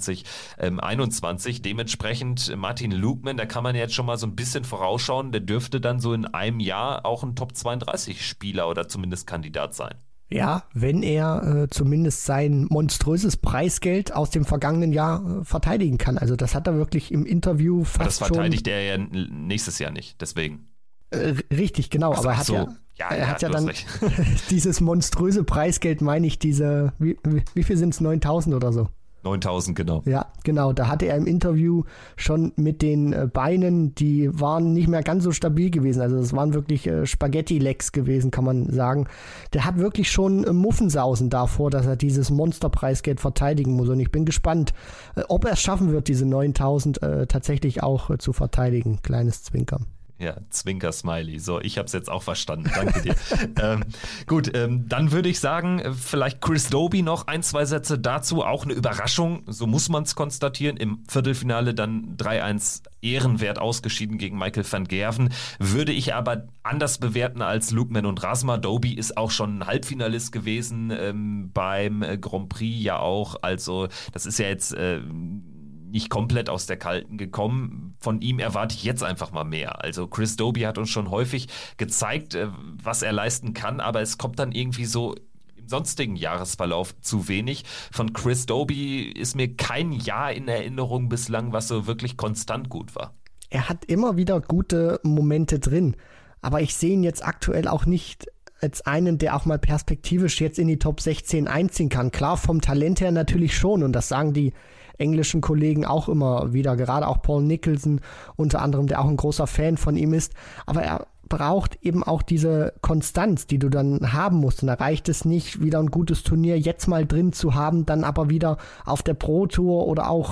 2021. Dementsprechend Martin Lukeman, da kann man jetzt schon mal so ein bisschen vorausschauen, der dürfte dann so in einem Jahr auch ein Top 32 Spieler oder zumindest Kandidat sein. Ja, wenn er zumindest sein monströses Preisgeld aus dem vergangenen Jahr verteidigen kann. Also das hat er wirklich im Interview fast das verteidigt er ja nächstes Jahr nicht, deswegen. Richtig, genau. Aber er hat ja dann dieses monströse Preisgeld, meine ich, wie viel sind es, 9.000 oder so? 9.000, genau. Ja, genau. Da hatte er im Interview schon mit den Beinen, die waren nicht mehr ganz so stabil gewesen. Also das waren wirklich Spaghetti-Legs gewesen, kann man sagen. Der hat wirklich schon Muffensausen davor, dass er dieses Monsterpreisgeld verteidigen muss. Und ich bin gespannt, ob er es schaffen wird, diese 9.000 tatsächlich auch zu verteidigen. Kleines Zwinkern. Ja, Zwinker-Smiley. So, ich habe es jetzt auch verstanden. Danke dir. Gut, dann würde ich sagen, vielleicht Chris Dobey noch 1-2 Sätze dazu. Auch eine Überraschung, so muss man es konstatieren. Im Viertelfinale dann 3-1 ehrenwert ausgeschieden gegen Michael van Gerven. Würde ich aber anders bewerten als Lukeman und Rasma. Dobey ist auch schon ein Halbfinalist gewesen beim Grand Prix ja auch. Also das ist ja jetzt nicht komplett aus der Kalten gekommen. Von ihm erwarte ich jetzt einfach mal mehr. Also Chris Dobey hat uns schon häufig gezeigt, was er leisten kann, aber es kommt dann irgendwie so im sonstigen Jahresverlauf zu wenig. Von Chris Dobey ist mir kein Jahr in Erinnerung bislang, was so wirklich konstant gut war. Er hat immer wieder gute Momente drin, aber ich sehe ihn jetzt aktuell auch nicht als einen, der auch mal perspektivisch jetzt in die Top 16 einziehen kann. Klar, vom Talent her natürlich schon, und das sagen die englischen Kollegen auch immer wieder, gerade auch Paul Nicholson unter anderem, der auch ein großer Fan von ihm ist, aber er braucht eben auch diese Konstanz, die du dann haben musst, und da reicht es nicht, wieder ein gutes Turnier jetzt mal drin zu haben, dann aber wieder auf der Pro Tour oder auch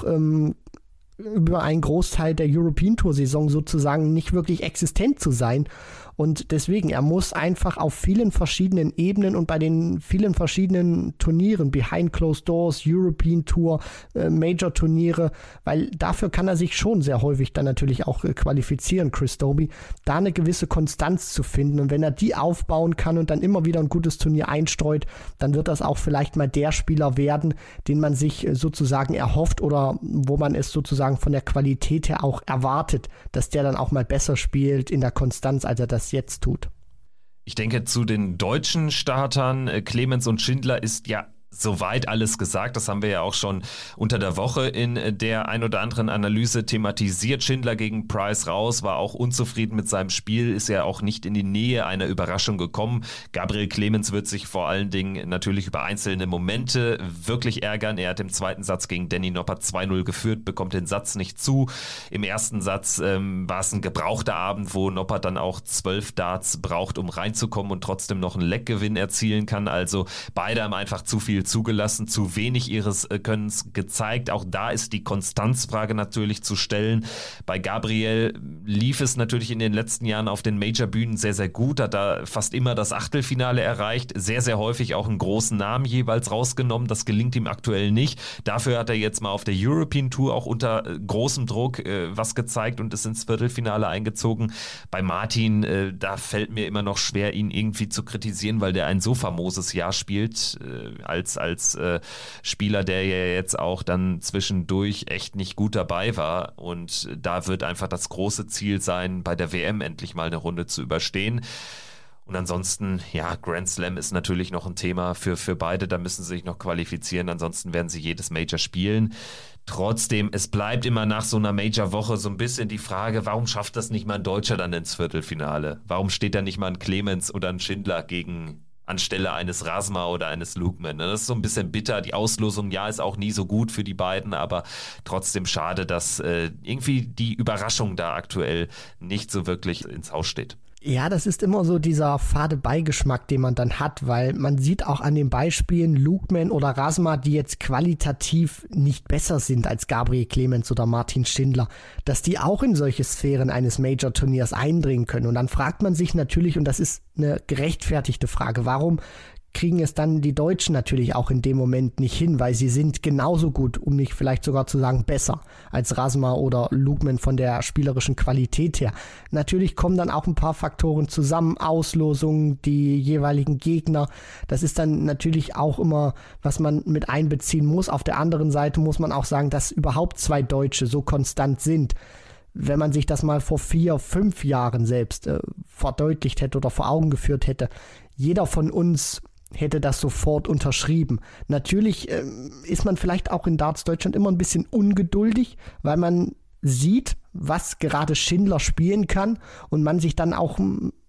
über einen Großteil der European Tour Saison sozusagen nicht wirklich existent zu sein. Und deswegen, er muss einfach auf vielen verschiedenen Ebenen und bei den vielen verschiedenen Turnieren, Behind Closed Doors, European Tour, Major-Turniere, weil dafür kann er sich schon sehr häufig dann natürlich auch qualifizieren, Chris Dobey, da eine gewisse Konstanz zu finden. Und wenn er die aufbauen kann und dann immer wieder ein gutes Turnier einstreut, dann wird das auch vielleicht mal der Spieler werden, den man sich sozusagen erhofft oder wo man es sozusagen von der Qualität her auch erwartet, dass der dann auch mal besser spielt in der Konstanz, als er das jetzt tut. Ich denke, zu den deutschen Startern, Clemens und Schindler, ist ja soweit alles gesagt. Das haben wir ja auch schon unter der Woche in der ein oder anderen Analyse thematisiert. Schindler gegen Price raus, war auch unzufrieden mit seinem Spiel, ist ja auch nicht in die Nähe einer Überraschung gekommen. Gabriel Clemens wird sich vor allen Dingen natürlich über einzelne Momente wirklich ärgern. Er hat im zweiten Satz gegen Danny Noppert 2-0 geführt, bekommt den Satz nicht zu. Im ersten Satz war es ein gebrauchter Abend, wo Noppert dann auch 12 Darts braucht, um reinzukommen und trotzdem noch einen Leckgewinn erzielen kann. Also beide haben einfach zu viel zugelassen, zu wenig ihres Könnens gezeigt. Auch da ist die Konstanzfrage natürlich zu stellen. Bei Gabriel lief es natürlich in den letzten Jahren auf den Major-Bühnen sehr, sehr gut, hat da fast immer das Achtelfinale erreicht, sehr, sehr häufig auch einen großen Namen jeweils rausgenommen. Das gelingt ihm aktuell nicht. Dafür hat er jetzt mal auf der European Tour auch unter großem Druck was gezeigt und ist ins Viertelfinale eingezogen. Bei Martin, da fällt mir immer noch schwer, ihn irgendwie zu kritisieren, weil der ein so famoses Jahr spielt, als Spieler, der ja jetzt auch dann zwischendurch echt nicht gut dabei war, und da wird einfach das große Ziel sein, bei der WM endlich mal eine Runde zu überstehen. Und ansonsten, ja, Grand Slam ist natürlich noch ein Thema für beide, da müssen sie sich noch qualifizieren, ansonsten werden sie jedes Major spielen. Trotzdem, es bleibt immer nach so einer Major-Woche so ein bisschen die Frage, warum schafft das nicht mal ein Deutscher dann ins Viertelfinale? Warum steht da nicht mal ein Clemens oder ein Schindler anstelle eines Rasma oder eines Lukman? Das ist so ein bisschen bitter. Die Auslosung, ja, ist auch nie so gut für die beiden, aber trotzdem schade, dass irgendwie die Überraschung da aktuell nicht so wirklich ins Haus steht. Ja, das ist immer so dieser fade Beigeschmack, den man dann hat, weil man sieht auch an den Beispielen Lukman oder Rasma, die jetzt qualitativ nicht besser sind als Gabriel Clemens oder Martin Schindler, dass die auch in solche Sphären eines Major-Turniers eindringen können. Und dann fragt man sich natürlich, und das ist eine gerechtfertigte Frage, warum kriegen es dann die Deutschen natürlich auch in dem Moment nicht hin, weil sie sind genauso gut, um nicht vielleicht sogar zu sagen besser als Rasma oder Lukman von der spielerischen Qualität her. Natürlich kommen dann auch ein paar Faktoren zusammen, Auslosungen, die jeweiligen Gegner. Das ist dann natürlich auch immer, was man mit einbeziehen muss. Auf der anderen Seite muss man auch sagen, dass überhaupt zwei Deutsche so konstant sind. Wenn man sich das mal vor 4, 5 Jahren selbst verdeutlicht hätte oder vor Augen geführt hätte, jeder von uns hätte das sofort unterschrieben. Natürlich ist man vielleicht auch in Darts Deutschland immer ein bisschen ungeduldig, weil man sieht, was gerade Schindler spielen kann und man sich dann auch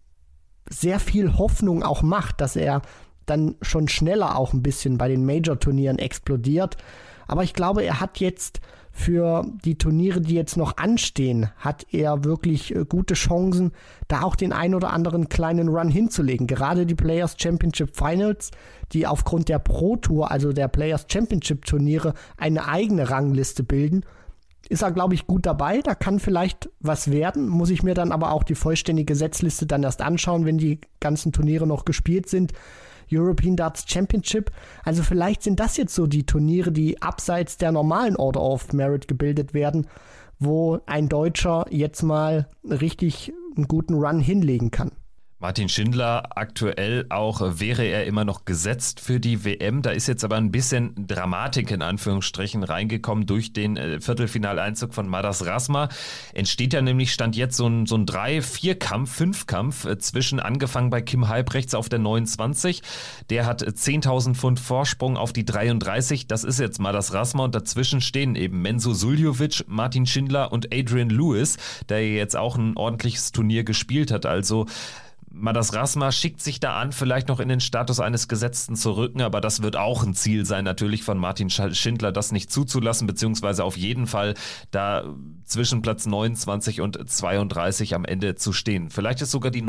sehr viel Hoffnung auch macht, dass er dann schon schneller auch ein bisschen bei den Major-Turnieren explodiert. Aber ich glaube, er hat jetzt für die Turniere, die jetzt noch anstehen, hat er wirklich gute Chancen, da auch den ein oder anderen kleinen Run hinzulegen. Gerade die Players Championship Finals, die aufgrund der Pro Tour, also der Players Championship Turniere, eine eigene Rangliste bilden, ist er, glaube ich, gut dabei. Da kann vielleicht was werden, muss ich mir dann aber auch die vollständige Setzliste dann erst anschauen, wenn die ganzen Turniere noch gespielt sind. European Darts Championship. Also vielleicht sind das jetzt so die Turniere, die abseits der normalen Order of Merit gebildet werden, wo ein Deutscher jetzt mal richtig einen guten Run hinlegen kann. Martin Schindler aktuell auch, wäre er immer noch gesetzt für die WM. Da ist jetzt aber ein bisschen Dramatik in Anführungsstrichen reingekommen durch den Viertelfinaleinzug von Madars Rasma. Entsteht ja nämlich, stand jetzt so ein 3-4-Kampf, 5-Kampf zwischen, angefangen bei Kim Halbrechts auf der 29. Der hat 10.000 Pfund Vorsprung auf die 33. Das ist jetzt Madars Rasma und dazwischen stehen eben Menzo Suljovic, Martin Schindler und Adrian Lewis, der jetzt auch ein ordentliches Turnier gespielt hat. Also Madas Rasma schickt sich da an, vielleicht noch in den Status eines Gesetzten zu rücken, aber das wird auch ein Ziel sein, natürlich von Martin Schindler, das nicht zuzulassen, beziehungsweise auf jeden Fall da zwischen Platz 29 und 32 am Ende zu stehen. Vielleicht ist sogar die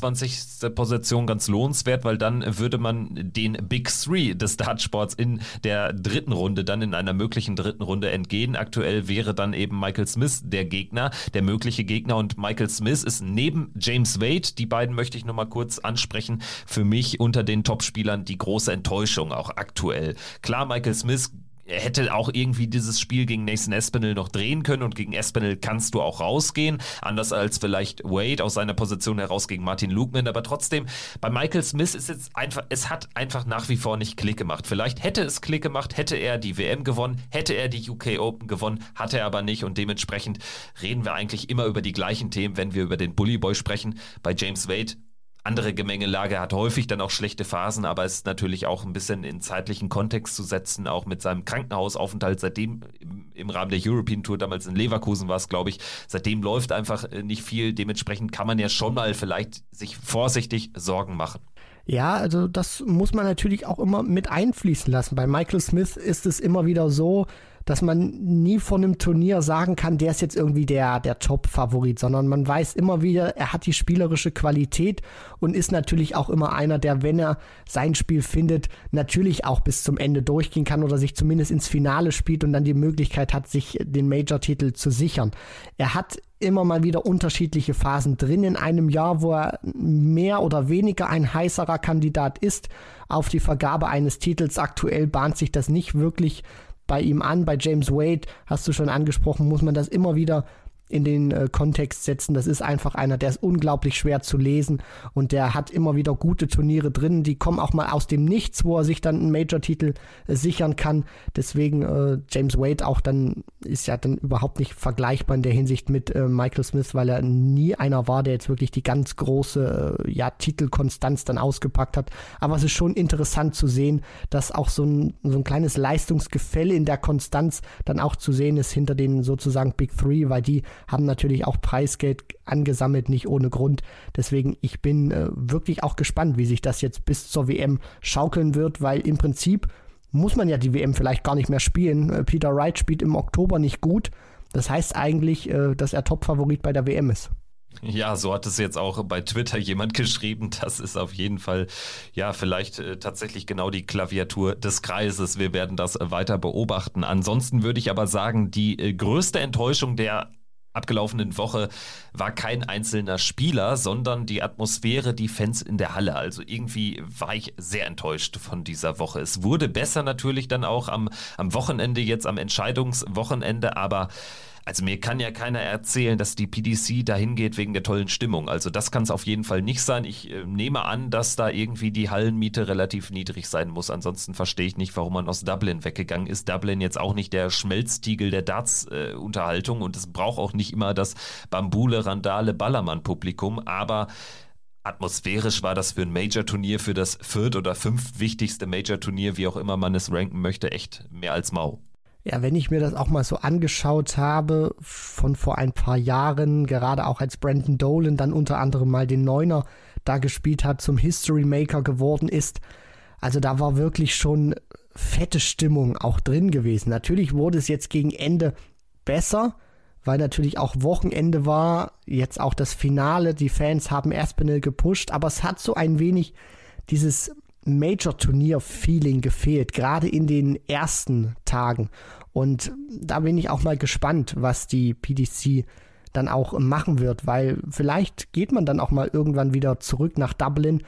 29. Position ganz lohnenswert, weil dann würde man den Big Three des Dartsports in der dritten Runde, dann in einer möglichen dritten Runde entgehen. Aktuell wäre dann eben Michael Smith der Gegner, der mögliche Gegner, und Michael Smith ist neben James Wade, die beiden möchte ich nochmal kurz ansprechen, für mich unter den Topspielern die große Enttäuschung auch aktuell. Klar, Michael Smith hätte auch irgendwie dieses Spiel gegen Nathan Aspinall noch drehen können, und gegen Aspinall kannst du auch rausgehen, anders als vielleicht Wade aus seiner Position heraus gegen Martin Lukeman, aber trotzdem, bei Michael Smith ist jetzt einfach, es hat einfach nach wie vor nicht Klick gemacht. Vielleicht hätte es Klick gemacht, hätte er die WM gewonnen, hätte er die UK Open gewonnen, hat er aber nicht, und dementsprechend reden wir eigentlich immer über die gleichen Themen, wenn wir über den Bully Boy sprechen. Bei James Wade andere Gemengelage, hat häufig dann auch schlechte Phasen, aber es ist natürlich auch ein bisschen in zeitlichen Kontext zu setzen, auch mit seinem Krankenhausaufenthalt, seitdem im Rahmen der European Tour, damals in Leverkusen war es, glaube ich, seitdem läuft einfach nicht viel, dementsprechend kann man ja schon mal vielleicht sich vorsichtig Sorgen machen. Ja, also das muss man natürlich auch immer mit einfließen lassen. Bei Michael Smith ist es immer wieder so, dass man nie von einem Turnier sagen kann, der ist jetzt irgendwie der Top-Favorit, sondern man weiß immer wieder, er hat die spielerische Qualität und ist natürlich auch immer einer, der, wenn er sein Spiel findet, natürlich auch bis zum Ende durchgehen kann oder sich zumindest ins Finale spielt und dann die Möglichkeit hat, sich den Major-Titel zu sichern. Er hat immer mal wieder unterschiedliche Phasen drin in einem Jahr, wo er mehr oder weniger ein heißerer Kandidat ist auf die Vergabe eines Titels. Aktuell bahnt sich das nicht wirklich bei ihm an. Bei James Wade, hast du schon angesprochen, muss man das immer wieder in den Kontext setzen. Das ist einfach einer, der ist unglaublich schwer zu lesen und der hat immer wieder gute Turniere drin. Die kommen auch mal aus dem Nichts, wo er sich dann einen Major-Titel sichern kann. Deswegen James Wade auch dann ist ja dann überhaupt nicht vergleichbar in der Hinsicht mit Michael Smith, weil er nie einer war, der jetzt wirklich die ganz große Titelkonstanz dann ausgepackt hat. Aber es ist schon interessant zu sehen, dass auch so ein kleines Leistungsgefälle in der Konstanz dann auch zu sehen ist hinter den sozusagen Big Three, weil die haben natürlich auch Preisgeld angesammelt, nicht ohne Grund. Deswegen, ich bin wirklich auch gespannt, wie sich das jetzt bis zur WM schaukeln wird, weil im Prinzip muss man ja die WM vielleicht gar nicht mehr spielen. Peter Wright spielt im Oktober nicht gut. Das heißt eigentlich, dass er Topfavorit bei der WM ist. Ja, so hat es jetzt auch bei Twitter jemand geschrieben. Das ist auf jeden Fall, ja, vielleicht tatsächlich genau die Klaviatur des Kreises. Wir werden das weiter beobachten. Ansonsten würde ich aber sagen, die größte Enttäuschung der abgelaufenen Woche war kein einzelner Spieler, sondern die Atmosphäre, die Fans in der Halle. Also irgendwie war ich sehr enttäuscht von dieser Woche. Es wurde besser natürlich dann auch am Wochenende, jetzt am Entscheidungswochenende, aber also mir kann ja keiner erzählen, dass die PDC dahin geht wegen der tollen Stimmung. Also das kann es auf jeden Fall nicht sein. Ich nehme an, dass da irgendwie die Hallenmiete relativ niedrig sein muss. Ansonsten verstehe ich nicht, warum man aus Dublin weggegangen ist. Dublin jetzt auch nicht der Schmelztiegel der Darts-Unterhaltung und es braucht auch nicht immer das Bambule, Randale, Ballermann-Publikum, aber atmosphärisch war das für ein Major-Turnier, für das 4. oder 5. wichtigste Major-Turnier, wie auch immer man es ranken möchte, echt mehr als mau. Ja, wenn ich mir das auch mal so angeschaut habe von vor ein paar Jahren, gerade auch als Brandon Dolan dann unter anderem mal den Neuner da gespielt hat, zum History Maker geworden ist, also da war wirklich schon fette Stimmung auch drin gewesen. Natürlich wurde es jetzt gegen Ende besser, weil natürlich auch Wochenende war, jetzt auch das Finale, die Fans haben Aspinall gepusht, aber es hat so ein wenig dieses Major-Turnier-Feeling gefehlt, gerade in den ersten Tagen. Und da bin ich auch mal gespannt, was die PDC dann auch machen wird, weil vielleicht geht man dann auch mal irgendwann wieder zurück nach Dublin.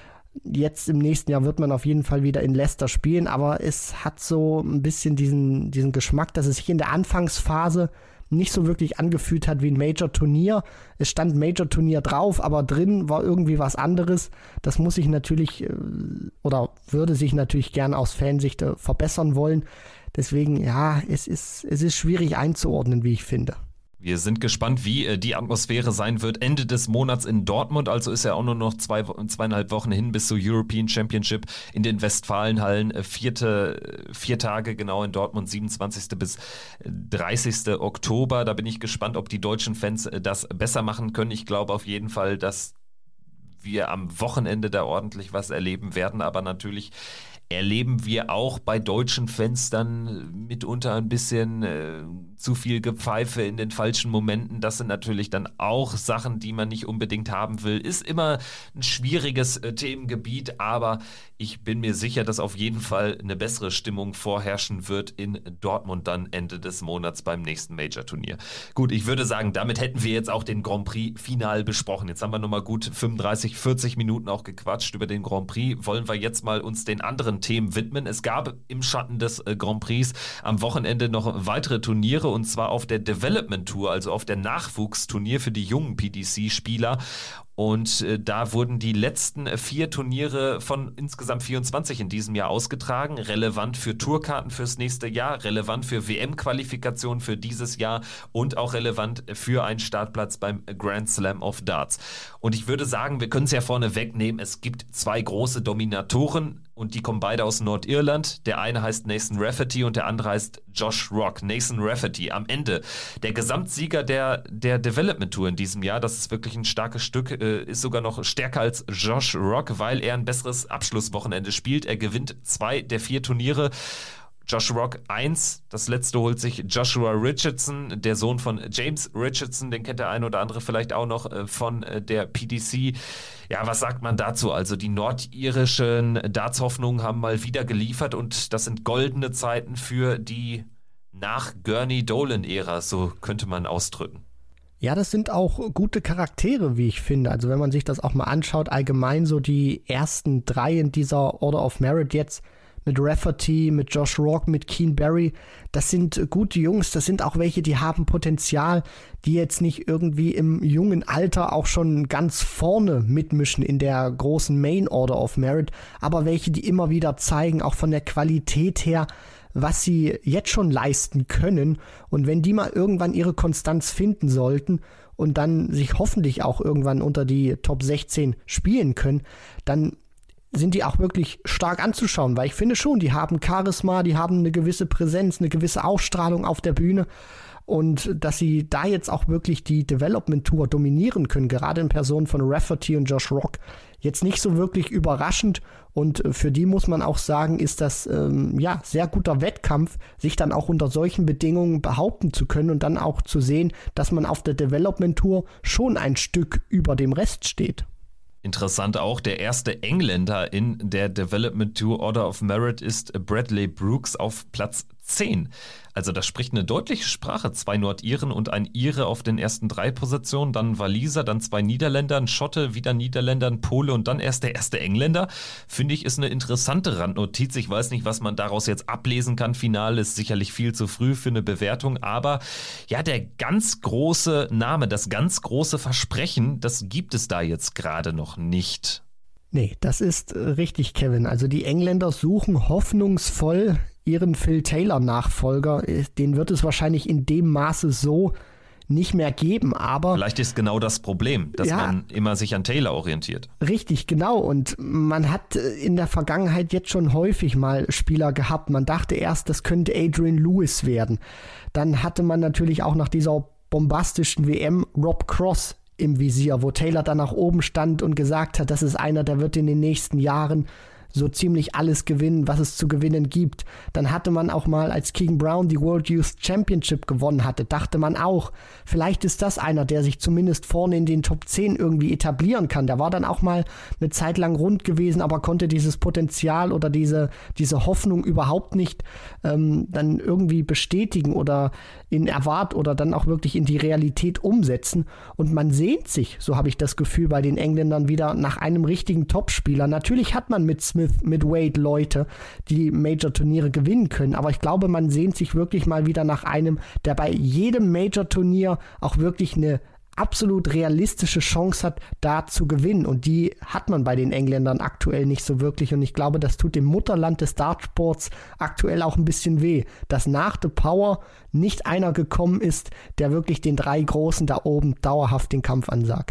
Jetzt im nächsten Jahr wird man auf jeden Fall wieder in Leicester spielen, aber es hat so ein bisschen diesen Geschmack, dass es sich in der Anfangsphase nicht so wirklich angefühlt hat wie ein Major-Turnier. Es stand Major-Turnier drauf, aber drin war irgendwie was anderes. Das muss sich natürlich oder würde sich natürlich gern aus Fansicht verbessern wollen. Deswegen, ja, es ist schwierig einzuordnen, wie ich finde. Wir sind gespannt, wie die Atmosphäre sein wird Ende des Monats in Dortmund. Also ist ja auch nur noch 2,5 Wochen hin bis zur European Championship in den Westfalenhallen. 4 Tage genau in Dortmund, 27. bis 30. Oktober. Da bin ich gespannt, ob die deutschen Fans das besser machen können. Ich glaube auf jeden Fall, dass wir am Wochenende da ordentlich was erleben werden, aber natürlich erleben wir auch bei deutschen Fans dann mitunter ein bisschen zu viel Gepfeife in den falschen Momenten. Das sind natürlich dann auch Sachen, die man nicht unbedingt haben will. Ist immer ein schwieriges Themengebiet, aber ich bin mir sicher, dass auf jeden Fall eine bessere Stimmung vorherrschen wird in Dortmund dann Ende des Monats beim nächsten Major-Turnier. Gut, ich würde sagen, damit hätten wir jetzt auch den Grand Prix final besprochen. Jetzt haben wir nochmal gut 35, 40 Minuten auch gequatscht über den Grand Prix. Wollen wir jetzt mal uns den anderen Themen widmen. Es gab im Schatten des Grand Prix am Wochenende noch weitere Turniere, und zwar auf der Development Tour, also auf der Nachwuchsturnier für die jungen PDC-Spieler. Und da wurden die letzten 4 Turniere von insgesamt 24 in diesem Jahr ausgetragen. Relevant für Tourkarten fürs nächste Jahr, relevant für WM-Qualifikation für dieses Jahr und auch relevant für einen Startplatz beim Grand Slam of Darts. Und ich würde sagen, wir können es ja vorne wegnehmen, es gibt 2 große Dominatoren und die kommen beide aus Nordirland. Der eine heißt Nathan Rafferty und der andere heißt Josh Rock. Nathan Rafferty am Ende der Gesamtsieger der Development Tour in diesem Jahr. Das ist wirklich ein starkes Stück, ist sogar noch stärker als Josh Rock, weil er ein besseres Abschlusswochenende spielt. Er gewinnt 2 der 4 Turniere. Josh Rock 1, das letzte holt sich Joshua Richardson, der Sohn von James Richardson, den kennt der eine oder andere vielleicht auch noch von der PDC. Ja, was sagt man dazu? Also die nordirischen Darts-Hoffnungen haben mal wieder geliefert und das sind goldene Zeiten für die Nach-Gurney-Dolan-Ära, so könnte man ausdrücken. Ja, das sind auch gute Charaktere, wie ich finde. Also wenn man sich das auch mal anschaut, allgemein so die ersten 3 in dieser Order of Merit jetzt, mit Rafferty, mit Josh Rock, mit Keen Barry, das sind gute Jungs, das sind auch welche, die haben Potenzial, die jetzt nicht irgendwie im jungen Alter auch schon ganz vorne mitmischen in der großen Main Order of Merit, aber welche, die immer wieder zeigen, auch von der Qualität her, was sie jetzt schon leisten können, und wenn die mal irgendwann ihre Konstanz finden sollten und dann sich hoffentlich auch irgendwann unter die Top 16 spielen können, dann sind die auch wirklich stark anzuschauen, weil ich finde schon, die haben Charisma, die haben eine gewisse Präsenz, eine gewisse Ausstrahlung auf der Bühne, und dass sie da jetzt auch wirklich die Development Tour dominieren können, gerade in Person von Rafferty und Josh Rock, jetzt nicht so wirklich überraschend, und für die muss man auch sagen, ist das sehr guter Wettkampf, sich dann auch unter solchen Bedingungen behaupten zu können und dann auch zu sehen, dass man auf der Development Tour schon ein Stück über dem Rest steht. Interessant auch, der erste Engländer in der Development Tour Order of Merit ist Bradley Brooks auf Platz 10. Also das spricht eine deutliche Sprache. 2 Nordiren und ein Ire auf den ersten 3 Positionen, dann ein Waliser, dann 2 Niederländer, ein Schotte, wieder Niederländer, ein Pole und dann erst der erste Engländer. Finde ich, ist eine interessante Randnotiz. Ich weiß nicht, was man daraus jetzt ablesen kann. Final ist sicherlich viel zu früh für eine Bewertung, aber ja, der ganz große Name, das ganz große Versprechen, das gibt es da jetzt gerade noch nicht. Nee, das ist richtig, Kevin. Also die Engländer suchen hoffnungsvoll ihren Phil Taylor-Nachfolger. Den wird es wahrscheinlich in dem Maße so nicht mehr geben, aber... Vielleicht ist genau das Problem, dass man immer sich an Taylor orientiert. Richtig, genau. Und man hat in der Vergangenheit jetzt schon häufig mal Spieler gehabt. Man dachte erst, das könnte Adrian Lewis werden. Dann hatte man natürlich auch nach dieser bombastischen WM Rob Cross im Visier, wo Taylor dann nach oben stand und gesagt hat, das ist einer, der wird in den nächsten Jahren so ziemlich alles gewinnen, was es zu gewinnen gibt. Dann hatte man auch mal, als Keegan Brown die World Youth Championship gewonnen hatte, dachte man auch, vielleicht ist das einer, der sich zumindest vorne in den Top 10 irgendwie etablieren kann. Der war dann auch mal eine Zeit lang rund gewesen, aber konnte dieses Potenzial oder diese Hoffnung überhaupt nicht dann irgendwie bestätigen oder in Erwart oder dann auch wirklich in die Realität umsetzen. Und man sehnt sich, so habe ich das Gefühl, bei den Engländern wieder nach einem richtigen Topspieler. Natürlich hat man mit Smith, mit Wade Leute, die Major-Turniere gewinnen können, aber ich glaube, man sehnt sich wirklich mal wieder nach einem, der bei jedem Major-Turnier auch wirklich eine absolut realistische Chance hat, da zu gewinnen, und die hat man bei den Engländern aktuell nicht so wirklich, und ich glaube, das tut dem Mutterland des Dartsports aktuell auch ein bisschen weh, dass nach The Power nicht einer gekommen ist, der wirklich den 3 Großen da oben dauerhaft den Kampf ansagt.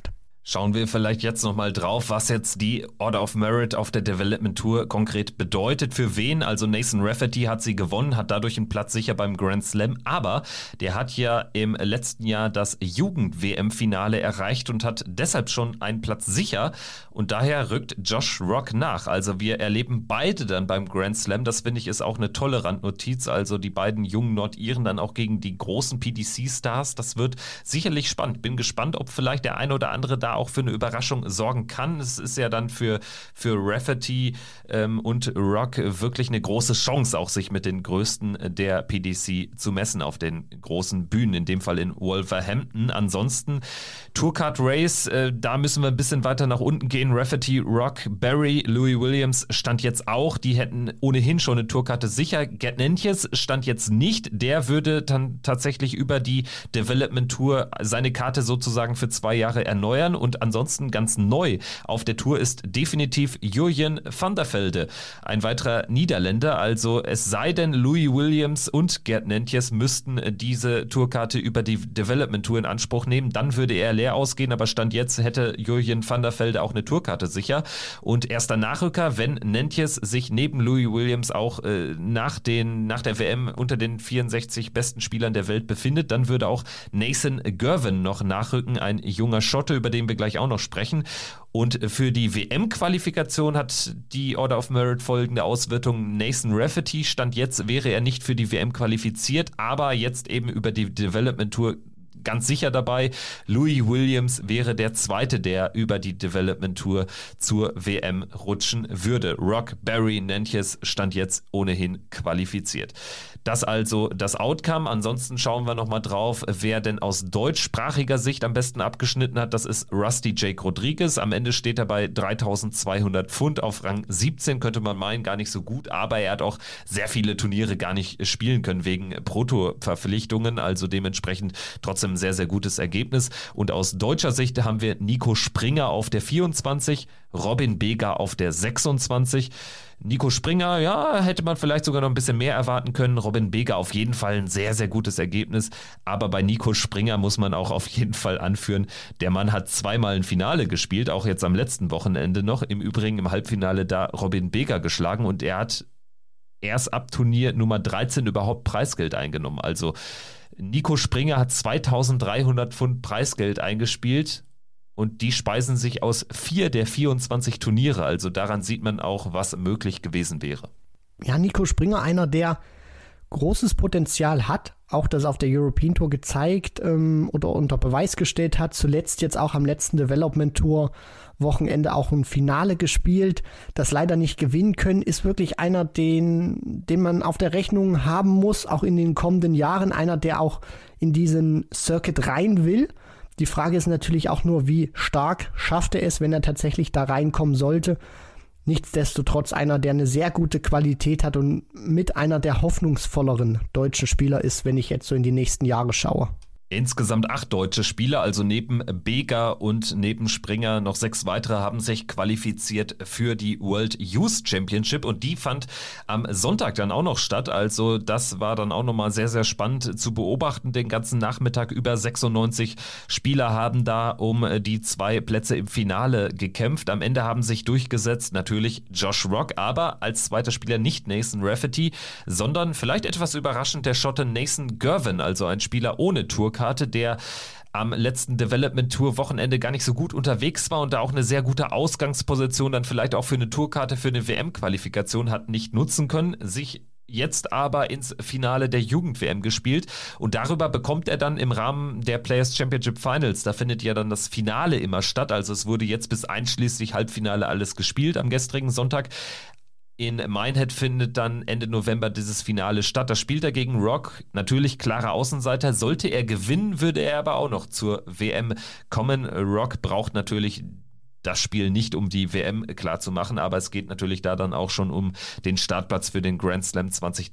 Schauen wir vielleicht jetzt nochmal drauf, was jetzt die Order of Merit auf der Development Tour konkret bedeutet. Für wen? Also Nathan Rafferty hat sie gewonnen, hat dadurch einen Platz sicher beim Grand Slam, aber der hat ja im letzten Jahr das Jugend-WM-Finale erreicht und hat deshalb schon einen Platz sicher und daher rückt Josh Rock nach. Also wir erleben beide dann beim Grand Slam, das finde ich ist auch eine tolle Randnotiz, also die beiden jungen Nordiren dann auch gegen die großen PDC-Stars, das wird sicherlich spannend. Bin gespannt, ob vielleicht der eine oder andere da auch für eine Überraschung sorgen kann. Es ist ja dann für Rafferty und Rock wirklich eine große Chance, auch sich mit den Größten der PDC zu messen auf den großen Bühnen, in dem Fall in Wolverhampton. Ansonsten Tourcard Race, da müssen wir ein bisschen weiter nach unten gehen. Rafferty, Rock, Barry, Louis Williams stand jetzt auch. Die hätten ohnehin schon eine Tourkarte sicher. Gerd Nentjes stand jetzt nicht. Der würde dann tatsächlich über die Development Tour seine Karte sozusagen für 2 Jahre erneuern. Und ansonsten ganz neu auf der Tour ist definitiv Jurjen van der Velde, ein weiterer Niederländer. Also es sei denn, Louis Williams und Gerd Nentjes müssten diese Tourkarte über die Development Tour in Anspruch nehmen. Dann würde er leer ausgehen, aber Stand jetzt hätte Jurjen van der Velde auch eine Tourkarte sicher. Und erster Nachrücker, wenn Nentjes sich neben Louis Williams auch nach der WM unter den 64 besten Spielern der Welt befindet, dann würde auch Nathan Gervin noch nachrücken, ein junger Schotte, über den wir gleich auch noch sprechen. Und für die WM-Qualifikation hat die Order of Merit folgende Auswertung. Nathan Rafferty stand jetzt, wäre er nicht für die WM qualifiziert, aber jetzt eben über die Development Tour ganz sicher dabei. Louis Williams wäre der Zweite, der über die Development Tour zur WM rutschen würde. Rock, Barry, Nentjes stand jetzt ohnehin qualifiziert. Das also das Outcome. Ansonsten schauen wir nochmal drauf, wer denn aus deutschsprachiger Sicht am besten abgeschnitten hat. Das ist Rusty Jake Rodriguez. Am Ende steht er bei 3.200 Pfund auf Rang 17. Könnte man meinen, gar nicht so gut. Aber er hat auch sehr viele Turniere gar nicht spielen können wegen Pro-Tour-Verpflichtungen. Also dementsprechend trotzdem ein sehr, sehr gutes Ergebnis. Und aus deutscher Sicht haben wir Nico Springer auf der 24, Robin Beger auf der 26. Nico Springer, ja, hätte man vielleicht sogar noch ein bisschen mehr erwarten können. Robin Beger auf jeden Fall ein sehr, sehr gutes Ergebnis. Aber bei Nico Springer muss man auch auf jeden Fall anführen, der Mann hat 2-mal ein Finale gespielt, auch jetzt am letzten Wochenende noch. Im Übrigen im Halbfinale da Robin Beger geschlagen und er hat erst ab Turnier Nummer 13 überhaupt Preisgeld eingenommen. Also Nico Springer hat 2.300 Pfund Preisgeld eingespielt. Und die speisen sich aus 4 der 24 Turniere. Also daran sieht man auch, was möglich gewesen wäre. Ja, Nico Springer, einer, der großes Potenzial hat, auch das auf der European Tour gezeigt oder unter Beweis gestellt hat. Zuletzt jetzt auch am letzten Development Tour Wochenende auch ein Finale gespielt, das leider nicht gewinnen können, ist wirklich einer, den man auf der Rechnung haben muss, auch in den kommenden Jahren. Einer, der auch in diesen Circuit rein will. Die Frage ist natürlich auch nur, wie stark schafft er es, wenn er tatsächlich da reinkommen sollte. Nichtsdestotrotz einer, der eine sehr gute Qualität hat und mit einer der hoffnungsvolleren deutschen Spieler ist, wenn ich jetzt so in die nächsten Jahre schaue. Insgesamt 8 deutsche Spieler, also neben Beger und neben Springer noch 6 weitere haben sich qualifiziert für die World Youth Championship und die fand am Sonntag dann auch noch statt. Also das war dann auch nochmal sehr, sehr spannend zu beobachten. Den ganzen Nachmittag über 96 Spieler haben da um die 2 Plätze im Finale gekämpft. Am Ende haben sich durchgesetzt natürlich Josh Rock, aber als zweiter Spieler nicht Nathan Rafferty, sondern vielleicht etwas überraschend der Schotte Nathan Gervin, also ein Spieler ohne Tourkarte, der am letzten Development Tour Wochenende gar nicht so gut unterwegs war und da auch eine sehr gute Ausgangsposition dann vielleicht auch für eine Tourkarte für eine WM-Qualifikation hat nicht nutzen können, sich jetzt aber ins Finale der Jugend-WM gespielt und darüber bekommt er dann im Rahmen der Players Championship Finals, da findet ja dann das Finale immer statt, also es wurde jetzt bis einschließlich Halbfinale alles gespielt am gestrigen Sonntag. In Minehead findet dann Ende November dieses Finale statt. Da spielt er gegen Rock. Natürlich klarer Außenseiter. Sollte er gewinnen, würde er aber auch noch zur WM kommen. Rock braucht natürlich das Spiel nicht, um die WM klar zu machen, aber es geht natürlich da dann auch schon um den Startplatz für den Grand Slam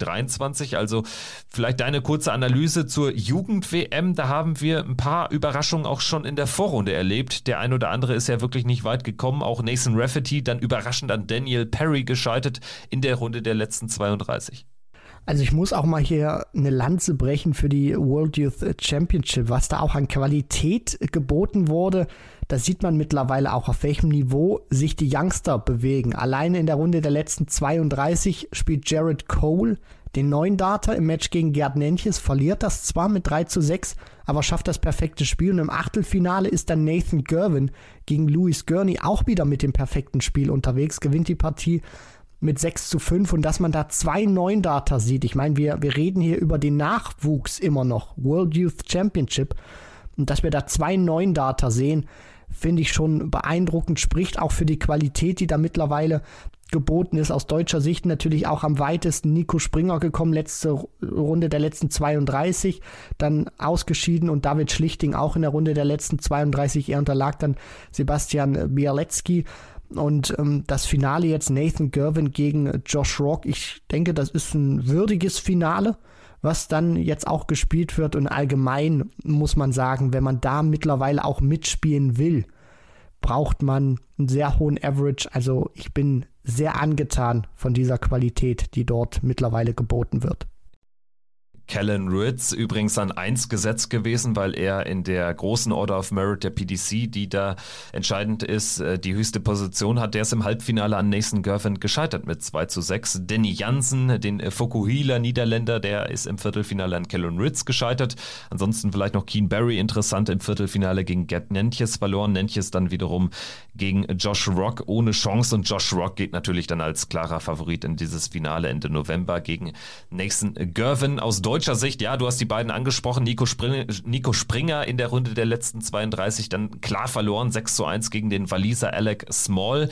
2023. Also vielleicht deine kurze Analyse zur Jugend-WM. Da haben wir ein paar Überraschungen auch schon in der Vorrunde erlebt. Der ein oder andere ist ja wirklich nicht weit gekommen. Auch Nathan Rafferty dann überraschend an Daniel Perry gescheitert in der Runde der letzten 32. Also ich muss auch mal hier eine Lanze brechen für die World Youth Championship, was da auch an Qualität geboten wurde. Da sieht man mittlerweile auch, auf welchem Niveau sich die Youngster bewegen. Alleine in der Runde der letzten 32 spielt Jared Cole den 9-Darter im Match gegen Gerd Nentjes, verliert das zwar mit 3:6, aber schafft das perfekte Spiel. Und im Achtelfinale ist dann Nathan Gervin gegen Louis Gurney auch wieder mit dem perfekten Spiel unterwegs, gewinnt die Partie mit 6:5. Und dass man da 2 9-Darter sieht, ich meine, wir reden hier über den Nachwuchs immer noch, World Youth Championship, und dass wir da 2 9-Darter sehen, finde ich schon beeindruckend, spricht auch für die Qualität, die da mittlerweile geboten ist. Aus deutscher Sicht natürlich auch am weitesten Nico Springer gekommen, letzte Runde der letzten 32, dann ausgeschieden, und David Schlichting auch in der Runde der letzten 32. Er unterlag dann Sebastian Bialecki. Und das Finale jetzt Nathan Gervin gegen Josh Rock, ich denke, das ist ein würdiges Finale, was dann jetzt auch gespielt wird. Und allgemein muss man sagen, wenn man da mittlerweile auch mitspielen will, braucht man einen sehr hohen Average. Also ich bin sehr angetan von dieser Qualität, die dort mittlerweile geboten wird. Callan Ritz übrigens an 1 gesetzt gewesen, weil er in der großen Order of Merit der PDC, die da entscheidend ist, die höchste Position hat. Der ist im Halbfinale an Nathan Gervin gescheitert mit 2:6. Danny Jansen, den Fukuhila Niederländer, der ist im Viertelfinale an Callan Ritz gescheitert. Ansonsten vielleicht noch Keen Barry interessant, im Viertelfinale gegen Gerd Nentjes verloren. Nentjes dann wiederum gegen Josh Rock ohne Chance, und Josh Rock geht natürlich dann als klarer Favorit in dieses Finale Ende November gegen Nathan Gervin. Aus deutscher Sicht, ja, du hast die beiden angesprochen, Nico Springer in der Runde der letzten 32 dann klar verloren, 6:1 gegen den Waliser Alec Small.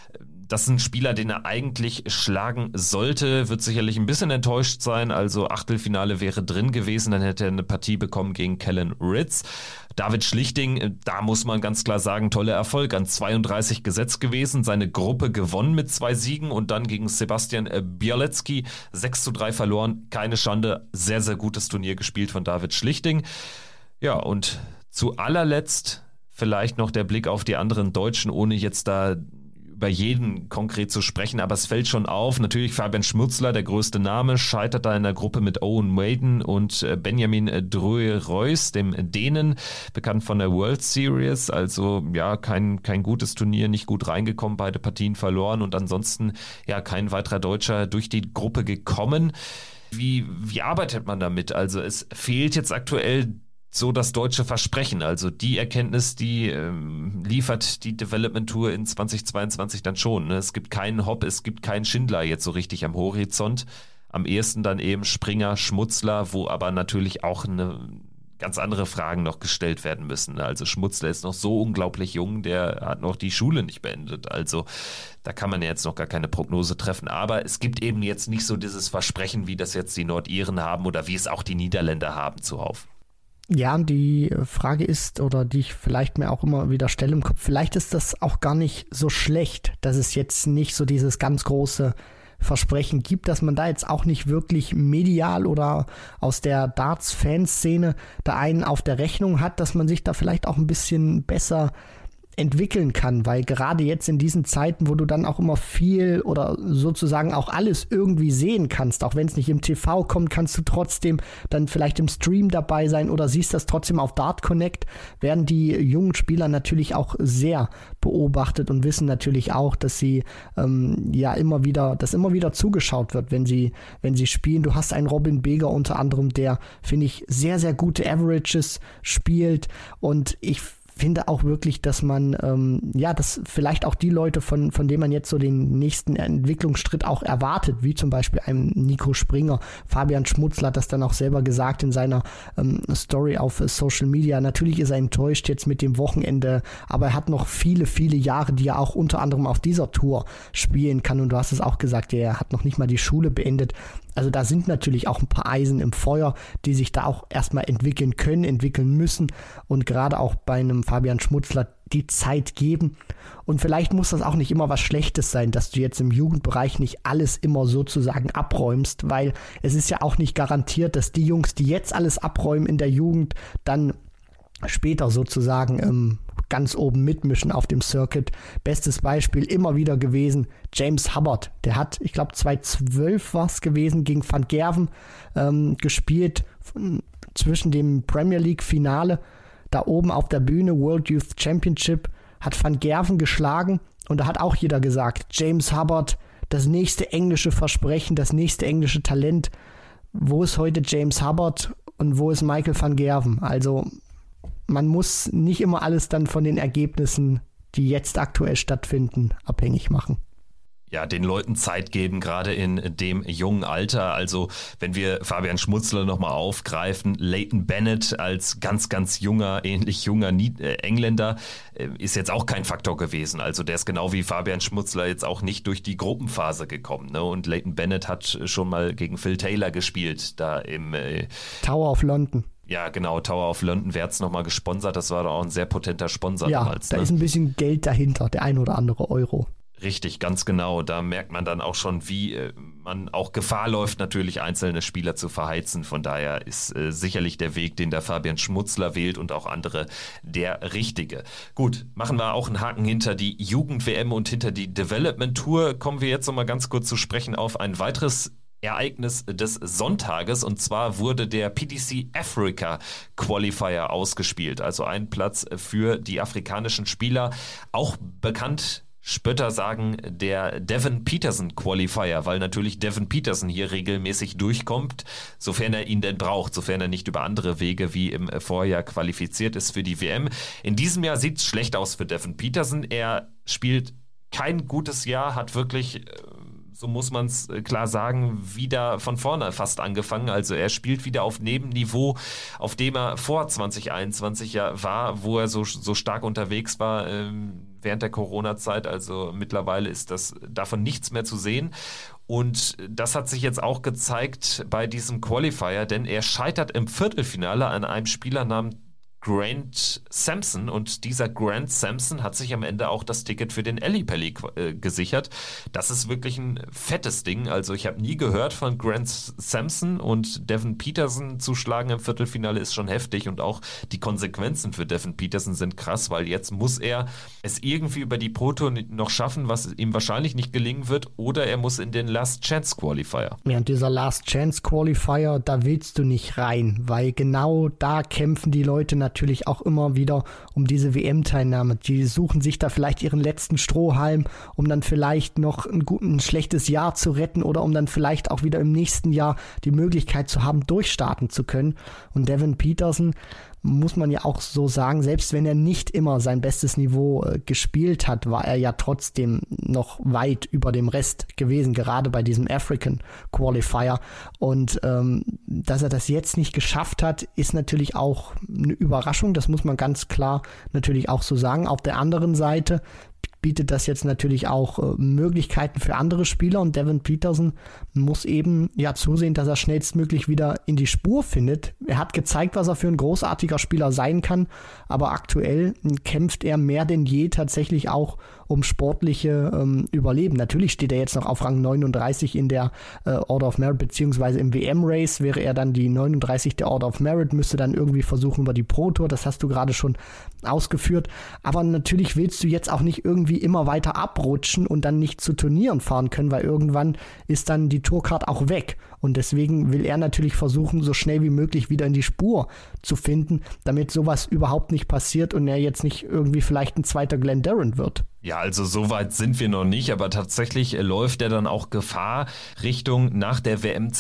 Das ist ein Spieler, den er eigentlich schlagen sollte, wird sicherlich ein bisschen enttäuscht sein, also Achtelfinale wäre drin gewesen, dann hätte er eine Partie bekommen gegen Callan Ritz. David Schlichting, da muss man ganz klar sagen, toller Erfolg, an 32 gesetzt gewesen, seine Gruppe gewonnen mit 2 Siegen und dann gegen Sebastian Bialecki 6:3 verloren, keine Schande, sehr, sehr gutes Turnier gespielt von David Schlichting. Ja, und zu allerletzt vielleicht noch der Blick auf die anderen Deutschen, ohne jetzt da über jeden konkret zu sprechen, aber es fällt schon auf, natürlich Fabian Schmutzler, der größte Name, scheitert da in der Gruppe mit Owen Maiden und Benjamin Dreux-Reus, dem Dänen, bekannt von der World Series, also ja, kein gutes Turnier, nicht gut reingekommen, beide Partien verloren und ansonsten ja kein weiterer Deutscher durch die Gruppe gekommen. Wie arbeitet man damit? Also es fehlt jetzt aktuell so das deutsche Versprechen, also die Erkenntnis, die liefert die Development Tour in 2022 dann schon. Ne? Es gibt keinen Hopp, es gibt keinen Schindler jetzt so richtig am Horizont. Am ehesten dann eben Springer, Schmutzler, wo aber natürlich auch ganz andere Fragen noch gestellt werden müssen. Also Schmutzler ist noch so unglaublich jung, der hat noch die Schule nicht beendet. Also da kann man ja jetzt noch gar keine Prognose treffen. Aber es gibt eben jetzt nicht so dieses Versprechen, wie das jetzt die Nordiren haben oder wie es auch die Niederländer haben zuhauf. Ja, die Frage ist, oder die ich vielleicht mir auch immer wieder stelle im Kopf, vielleicht ist das auch gar nicht so schlecht, dass es jetzt nicht so dieses ganz große Versprechen gibt, dass man da jetzt auch nicht wirklich medial oder aus der Darts-Fanszene da einen auf der Rechnung hat, dass man sich da vielleicht auch ein bisschen besser entwickeln kann, weil gerade jetzt in diesen Zeiten, wo du dann auch immer viel oder sozusagen auch alles irgendwie sehen kannst, auch wenn es nicht im TV kommt, kannst du trotzdem dann vielleicht im Stream dabei sein oder siehst das trotzdem auf Dart Connect, werden die jungen Spieler natürlich auch sehr beobachtet und wissen natürlich auch, dass sie immer wieder zugeschaut wird, wenn sie spielen. Du hast einen Robin Beger unter anderem, der, finde ich, sehr, sehr gute Averages spielt, und ich finde auch wirklich, dass man, dass vielleicht auch die Leute, von denen man jetzt so den nächsten Entwicklungsschritt auch erwartet, wie zum Beispiel einem Nico Springer, Fabian Schmutzler hat das dann auch selber gesagt in seiner Story auf Social Media. Natürlich ist er enttäuscht jetzt mit dem Wochenende, aber er hat noch viele, viele Jahre, die er auch unter anderem auf dieser Tour spielen kann, und du hast es auch gesagt, er hat noch nicht mal die Schule beendet. Also da sind natürlich auch ein paar Eisen im Feuer, die sich da auch erstmal entwickeln können, entwickeln müssen, und gerade auch bei einem Fabian Schmutzler die Zeit geben. Und vielleicht muss das auch nicht immer was Schlechtes sein, dass du jetzt im Jugendbereich nicht alles immer sozusagen abräumst, weil es ist ja auch nicht garantiert, dass die Jungs, die jetzt alles abräumen in der Jugend, dann später sozusagen ganz oben mitmischen auf dem Circuit. Bestes Beispiel immer wieder gewesen, James Hubbard. Der hat, ich glaube 2012 war es gewesen, gegen Van Gerven gespielt, zwischen dem Premier League Finale, da oben auf der Bühne, World Youth Championship, hat Van Gerven geschlagen und da hat auch jeder gesagt, James Hubbard, das nächste englische Versprechen, das nächste englische Talent. Wo ist heute James Hubbard und wo ist Michael van Gerven? Also man muss nicht immer alles dann von den Ergebnissen, die jetzt aktuell stattfinden, abhängig machen. Ja, den Leuten Zeit geben, gerade in dem jungen Alter. Also wenn wir Fabian Schmutzler nochmal aufgreifen, Leighton Bennett als ganz, ganz ähnlich junger Engländer ist jetzt auch kein Faktor gewesen. Also der ist genau wie Fabian Schmutzler jetzt auch nicht durch die Gruppenphase gekommen. Ne? Und Leighton Bennett hat schon mal gegen Phil Taylor gespielt, da im Tower of London. Ja, genau, Tower of London, wer hat's nochmal gesponsert? Das war doch auch ein sehr potenter Sponsor damals. Ja, da ist ein bisschen Geld dahinter, der ein oder andere Euro. Richtig, ganz genau. Da merkt man dann auch schon, wie man auch Gefahr läuft, natürlich einzelne Spieler zu verheizen. Von daher ist sicherlich der Weg, den der Fabian Schmutzler wählt und auch andere, der richtige. Gut, machen wir auch einen Haken hinter die Jugend-WM und hinter die Development Tour. Kommen wir jetzt nochmal ganz kurz zu sprechen auf ein weiteres Ereignis des Sonntages, und zwar wurde der PDC Africa Qualifier ausgespielt. Also ein Platz für die afrikanischen Spieler, auch bekannt, Spötter sagen, der Devon Peterson Qualifier, weil natürlich Devon Peterson hier regelmäßig durchkommt, sofern er ihn denn braucht, sofern er nicht über andere Wege wie im Vorjahr qualifiziert ist für die WM. In diesem Jahr sieht es schlecht aus für Devon Peterson. Er spielt kein gutes Jahr, hat wirklich, so muss man es klar sagen, wieder von vorne fast angefangen. Also er spielt wieder auf Nebenniveau, auf dem er vor 2021 ja war, wo er so stark unterwegs war, während der Corona-Zeit. Also mittlerweile ist das davon nichts mehr zu sehen. Und das hat sich jetzt auch gezeigt bei diesem Qualifier, denn er scheitert im Viertelfinale an einem Spieler namens Grant Sampson, und dieser Grant Sampson hat sich am Ende auch das Ticket für den Ellipelli gesichert. Das ist wirklich ein fettes Ding. Also ich habe nie gehört von Grant Sampson, und Devon Peterson zu schlagen im Viertelfinale ist schon heftig, und auch die Konsequenzen für Devon Peterson sind krass, weil jetzt muss er es irgendwie über die Pro Tour noch schaffen, was ihm wahrscheinlich nicht gelingen wird, oder er muss in den Last Chance Qualifier. Ja, und dieser Last Chance Qualifier, da willst du nicht rein, weil genau da kämpfen die Leute natürlich auch immer wieder um diese WM-Teilnahme. Die suchen sich da vielleicht ihren letzten Strohhalm, um dann vielleicht noch ein schlechtes Jahr zu retten oder um dann vielleicht auch wieder im nächsten Jahr die Möglichkeit zu haben, durchstarten zu können. Und Devon Peterson, muss man ja auch so sagen, selbst wenn er nicht immer sein bestes Niveau gespielt hat, war er ja trotzdem noch weit über dem Rest gewesen, gerade bei diesem African Qualifier. Und dass er das jetzt nicht geschafft hat, ist natürlich auch eine Überraschung. Das muss man ganz klar natürlich auch so sagen. Auf der anderen Seite bietet das jetzt natürlich auch Möglichkeiten für andere Spieler, und Devon Peterson muss eben ja zusehen, dass er schnellstmöglich wieder in die Spur findet. Er hat gezeigt, was er für ein großartiger Spieler sein kann, aber aktuell kämpft er mehr denn je tatsächlich auch um sportliche Überleben. Natürlich steht er jetzt noch auf Rang 39 in der Order of Merit, beziehungsweise im WM-Race wäre er dann die 39 der Order of Merit, müsste dann irgendwie versuchen über die Pro Tour, das hast du gerade schon ausgeführt, aber natürlich willst du jetzt auch nicht irgendwie immer weiter abrutschen und dann nicht zu Turnieren fahren können, weil irgendwann ist dann die Tourcard auch weg, und deswegen will er natürlich versuchen, so schnell wie möglich wieder in die Spur zu finden, damit sowas überhaupt nicht passiert und er jetzt nicht irgendwie vielleicht ein zweiter Glenn Durrant wird. Ja, also so weit sind wir noch nicht, aber tatsächlich läuft er dann auch Gefahr Richtung nach der WM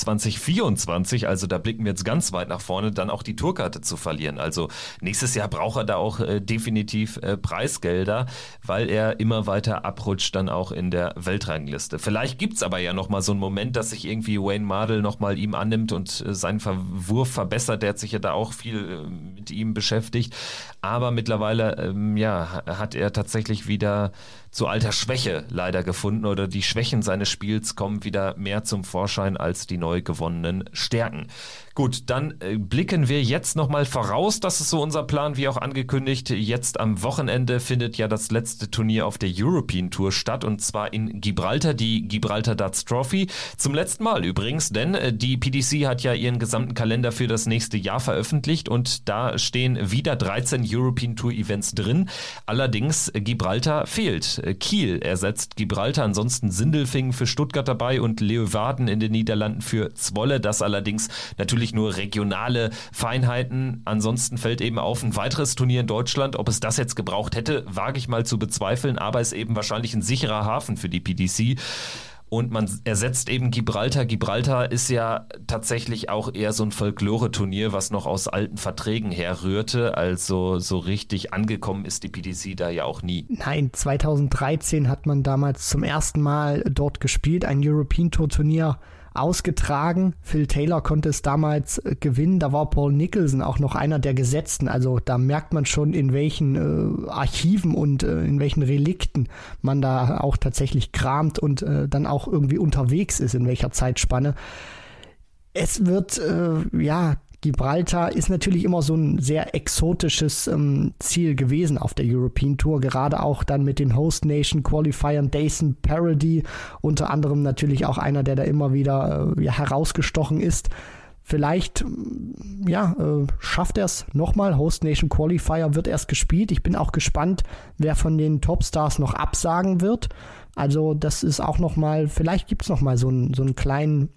2024, also da blicken wir jetzt ganz weit nach vorne, dann auch die Tourkarte zu verlieren. Also nächstes Jahr braucht er da auch definitiv Preisgelder, weil er immer weiter abrutscht dann auch in der Weltrangliste. Vielleicht gibt's aber ja nochmal so einen Moment, dass sich irgendwie Wayne Mardle nochmal ihm annimmt und seinen Wurf verbessert. Der hat sich ja da auch viel mit ihm beschäftigt, aber mittlerweile hat er tatsächlich wieder zu alter Schwäche leider gefunden, oder die Schwächen seines Spiels kommen wieder mehr zum Vorschein als die neu gewonnenen Stärken. Gut, dann blicken wir jetzt nochmal voraus. Das ist so unser Plan, wie auch angekündigt. Jetzt am Wochenende findet ja das letzte Turnier auf der European Tour statt, und zwar in Gibraltar, die Gibraltar Darts Trophy. Zum letzten Mal übrigens, denn die PDC hat ja ihren gesamten Kalender für das nächste Jahr veröffentlicht und da stehen wieder 13 European Tour Events drin. Allerdings Gibraltar fehlt. Kiel ersetzt Gibraltar, ansonsten Sindelfingen für Stuttgart dabei und Leeuwarden in den Niederlanden für Zwolle. Das allerdings natürlich nur regionale Feinheiten. Ansonsten fällt eben auf ein weiteres Turnier in Deutschland. Ob es das jetzt gebraucht hätte, wage ich mal zu bezweifeln, aber ist eben wahrscheinlich ein sicherer Hafen für die PDC. Und man ersetzt eben Gibraltar. Gibraltar ist ja tatsächlich auch eher so ein Folklore-Turnier, was noch aus alten Verträgen herrührte. Also so richtig angekommen ist die PDC da ja auch nie. Nein, 2013 hat man damals zum ersten Mal dort gespielt, ein European Tour Turnier ausgetragen. Phil Taylor konnte es damals gewinnen. Da war Paul Nicholson auch noch einer der Gesetzten. Also da merkt man schon, in welchen Archiven und in welchen Relikten man da auch tatsächlich kramt und dann auch irgendwie unterwegs ist, in welcher Zeitspanne. Es wird, Gibraltar ist natürlich immer so ein sehr exotisches Ziel gewesen auf der European Tour, gerade auch dann mit den Host Nation Qualifiern, Jason Parody, unter anderem natürlich auch einer, der da immer wieder herausgestochen ist. Vielleicht schafft er es nochmal. Host Nation Qualifier wird erst gespielt. Ich bin auch gespannt, wer von den Topstars noch absagen wird. Also das ist auch nochmal, vielleicht gibt es nochmal so ein kleines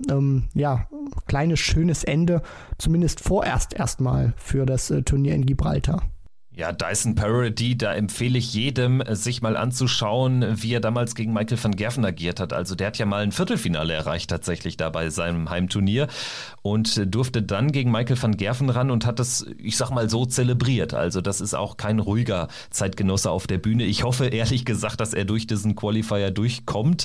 schönes Ende, zumindest vorerst erstmal für das Turnier in Gibraltar. Ja, Dyson Parody, da empfehle ich jedem, sich mal anzuschauen, wie er damals gegen Michael van Gerven agiert hat. Also der hat ja mal ein Viertelfinale erreicht tatsächlich da bei seinem Heimturnier und durfte dann gegen Michael van Gerven ran und hat das, ich sag mal so, zelebriert. Also das ist auch kein ruhiger Zeitgenosse auf der Bühne. Ich hoffe ehrlich gesagt, dass er durch diesen Qualifier durchkommt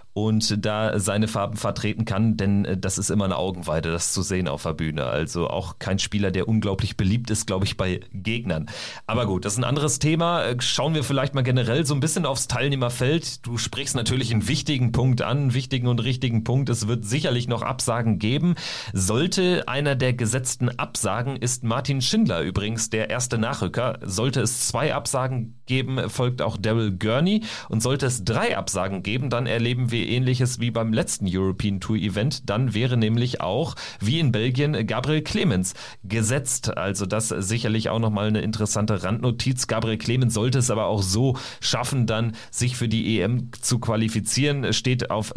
und da seine Farben vertreten kann, denn das ist immer eine Augenweide, das zu sehen auf der Bühne. Also auch kein Spieler, der unglaublich beliebt ist, glaube ich, bei Gegnern. Aber gut, das ist ein anderes Thema. Schauen wir vielleicht mal generell so ein bisschen aufs Teilnehmerfeld. Du sprichst natürlich einen wichtigen Punkt an, einen wichtigen und richtigen Punkt. Es wird sicherlich noch Absagen geben. Sollte einer der Gesetzten absagen, ist Martin Schindler übrigens der erste Nachrücker. Sollte es 2 Absagen geben, folgt auch Daryl Gurney. Und sollte es 3 Absagen geben, dann erleben wir Ähnliches wie beim letzten European Tour Event. Dann wäre nämlich auch, wie in Belgien, Gabriel Clemens gesetzt. Also das sicherlich auch nochmal eine interessante Randnotiz. Gabriel Clemens sollte es aber auch so schaffen, dann sich für die EM zu qualifizieren. Steht auf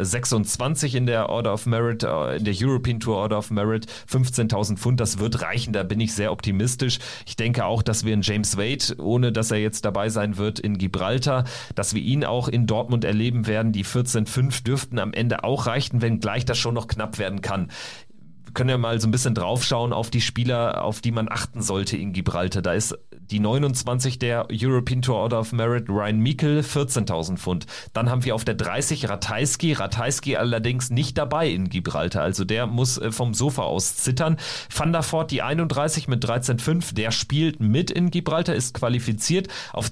26 in der Order of Merit, in der European Tour Order of Merit. 15.000 Pfund, das wird reichen. Da bin ich sehr optimistisch. Ich denke auch, dass wir einen James Wade, ohne dass er jetzt dabei sein wird, in Gibraltar, dass wir ihn auch in Dortmund erleben werden. Die 14,5 dürften am Ende auch reichen, wenngleich das schon noch knapp werden kann. Wir können ja mal so ein bisschen draufschauen auf die Spieler, auf die man achten sollte in Gibraltar. Da ist die 29 der European Tour Order of Merit, Ryan Meikle, 14.000 Pfund. Dann haben wir auf der 30 Ratajski allerdings nicht dabei in Gibraltar. Also der muss vom Sofa aus zittern. Van der Voort, die 31 mit 13,5, der spielt mit in Gibraltar, ist qualifiziert. Auf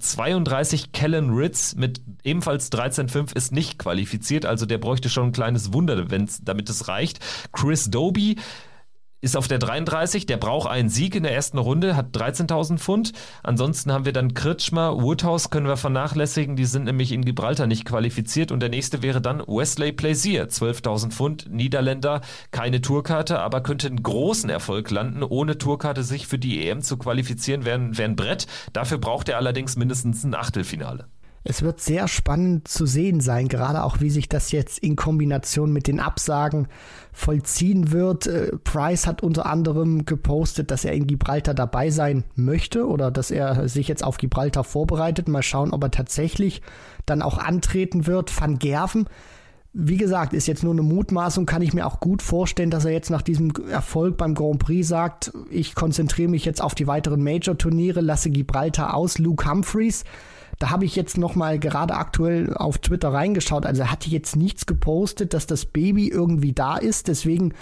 32 Kellen Ritz mit ebenfalls 13,5 ist nicht qualifiziert. Also der bräuchte schon ein kleines Wunder, damit es reicht. Chris Doby ist auf der 33, der braucht einen Sieg in der ersten Runde, hat 13.000 Pfund. Ansonsten haben wir dann Kritschmer, Woodhouse können wir vernachlässigen, die sind nämlich in Gibraltar nicht qualifiziert. Und der nächste wäre dann Wesley Plaisir, 12.000 Pfund, Niederländer, keine Tourkarte, aber könnte einen großen Erfolg landen, ohne Tourkarte sich für die EM zu qualifizieren, wäre ein Brett. Dafür braucht er allerdings mindestens ein Achtelfinale. Es wird sehr spannend zu sehen sein, gerade auch wie sich das jetzt in Kombination mit den Absagen vollziehen wird. Price hat unter anderem gepostet, dass er in Gibraltar dabei sein möchte oder dass er sich jetzt auf Gibraltar vorbereitet. Mal schauen, ob er tatsächlich dann auch antreten wird. Van Gerven, wie gesagt, ist jetzt nur eine Mutmaßung, kann ich mir auch gut vorstellen, dass er jetzt nach diesem Erfolg beim Grand Prix sagt, ich konzentriere mich jetzt auf die weiteren Major-Turniere, lasse Gibraltar aus. Luke Humphreys, da habe ich jetzt nochmal gerade aktuell auf Twitter reingeschaut. Also er hatte jetzt nichts gepostet, dass das Baby irgendwie da ist. Deswegen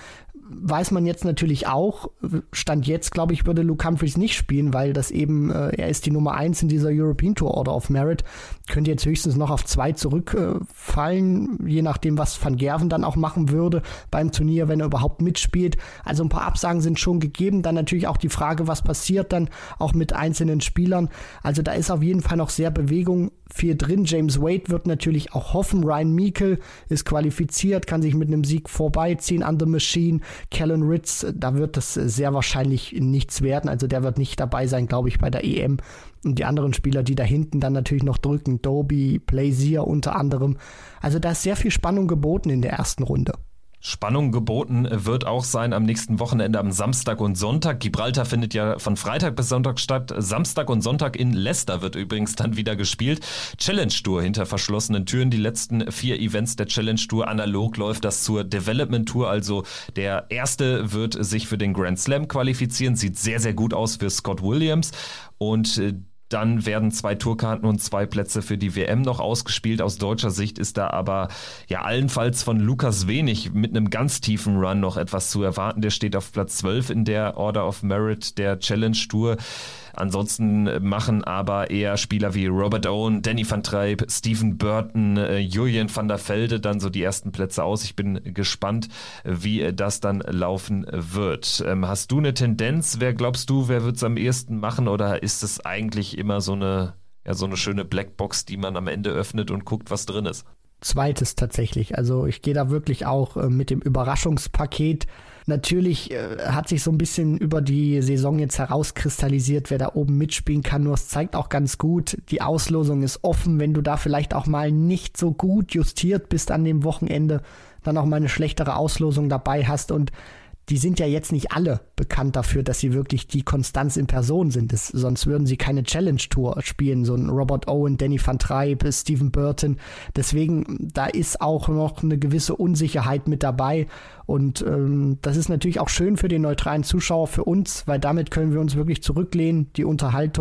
weiß man jetzt natürlich auch, Stand jetzt, glaube ich, würde Luke Humphries nicht spielen, weil das eben, er ist die Nummer 1 in dieser European Tour Order of Merit, könnte jetzt höchstens noch auf 2 zurückfallen, je nachdem, was Van Gerven dann auch machen würde beim Turnier, wenn er überhaupt mitspielt. Also ein paar Absagen sind schon gegeben, dann natürlich auch die Frage, was passiert dann auch mit einzelnen Spielern. Also da ist auf jeden Fall noch sehr Bewegung viel drin. James Wade wird natürlich auch hoffen. Ryan Meikle ist qualifiziert, kann sich mit einem Sieg vorbeiziehen an The Machine. Callan Ritz, da wird das sehr wahrscheinlich nichts werden. Also der wird nicht dabei sein, glaube ich, bei der EM. Und die anderen Spieler, die da hinten dann natürlich noch drücken, Doby, Plaisir unter anderem. Also da ist sehr viel Spannung geboten in der ersten Runde. Spannung geboten wird auch sein am nächsten Wochenende am Samstag und Sonntag. Gibraltar findet ja von Freitag bis Sonntag statt. Samstag und Sonntag in Leicester wird übrigens dann wieder gespielt. Challenge Tour hinter verschlossenen Türen. Die letzten 4 Events der Challenge Tour. Analog läuft das zur Development Tour. Also der erste wird sich für den Grand Slam qualifizieren. Sieht sehr, sehr gut aus für Scott Williams. Und dann werden 2 Tourkarten und 2 Plätze für die WM noch ausgespielt. Aus deutscher Sicht ist da aber ja allenfalls von Lukas Wenig mit einem ganz tiefen Run noch etwas zu erwarten. Der steht auf Platz 12 in der Order of Merit der Challenge Tour. Ansonsten machen aber eher Spieler wie Robert Owen, Danny van Trijp, Stephen Burton, Julian van der Velde dann so die ersten Plätze aus. Ich bin gespannt, wie das dann laufen wird. Hast du eine Tendenz? Wer glaubst du, wer wird es am ehesten machen? Oder ist es eigentlich immer so eine schöne Blackbox, die man am Ende öffnet und guckt, was drin ist? Zweites tatsächlich. Also ich gehe da wirklich auch mit dem Überraschungspaket. Natürlich hat sich so ein bisschen über die Saison jetzt herauskristallisiert, wer da oben mitspielen kann. Nur es zeigt auch ganz gut, die Auslosung ist offen. Wenn du da vielleicht auch mal nicht so gut justiert bist an dem Wochenende, dann auch mal eine schlechtere Auslosung dabei hast. Und die sind ja jetzt nicht alle bekannt dafür, dass sie wirklich die Konstanz in Person sind. Sonst würden sie keine Challenge-Tour spielen, so ein Robert Owen, Danny van Trijp, Stephen Burton. Deswegen, da ist auch noch eine gewisse Unsicherheit mit dabei. Und das ist natürlich auch schön für den neutralen Zuschauer, für uns, weil damit können wir uns wirklich zurücklehnen, die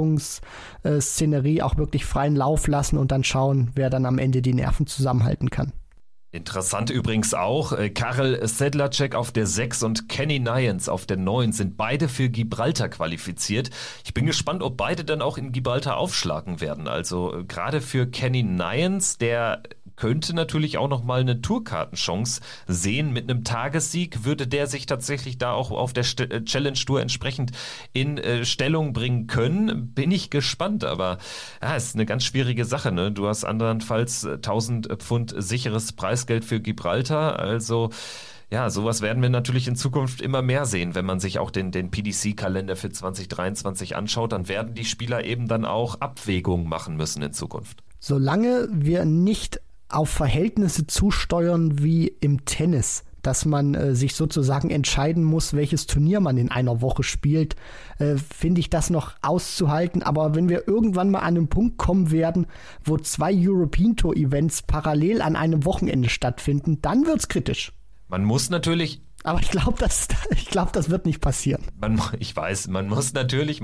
Unterhaltungsszenerie auch wirklich freien Lauf lassen und dann schauen, wer dann am Ende die Nerven zusammenhalten kann. Interessant übrigens auch, Karel Sedlacek auf der 6 und Kenny Nyans auf der 9 sind beide für Gibraltar qualifiziert. Ich bin gespannt, ob beide dann auch in Gibraltar aufschlagen werden. Also gerade für Kenny Nyans, der könnte natürlich auch nochmal eine Tourkartenchance sehen. Mit einem Tagessieg würde der sich tatsächlich da auch auf der Challenge Tour entsprechend in Stellung bringen können. Bin ich gespannt, aber ja, ist eine ganz schwierige Sache, ne? Du hast andernfalls 1000 Pfund sicheres Preisgeld für Gibraltar, also ja, sowas werden wir natürlich in Zukunft immer mehr sehen, wenn man sich auch den PDC-Kalender für 2023 anschaut, dann werden die Spieler eben dann auch Abwägungen machen müssen in Zukunft. Solange wir nicht auf Verhältnisse zusteuern wie im Tennis, dass man sich sozusagen entscheiden muss, welches Turnier man in einer Woche spielt, finde ich das noch auszuhalten. Aber wenn wir irgendwann mal an einen Punkt kommen werden, wo 2 European Tour Events parallel an einem Wochenende stattfinden, dann wird's kritisch. Man muss natürlich... Aber ich glaube, das wird nicht passieren. Ich weiß, man muss natürlich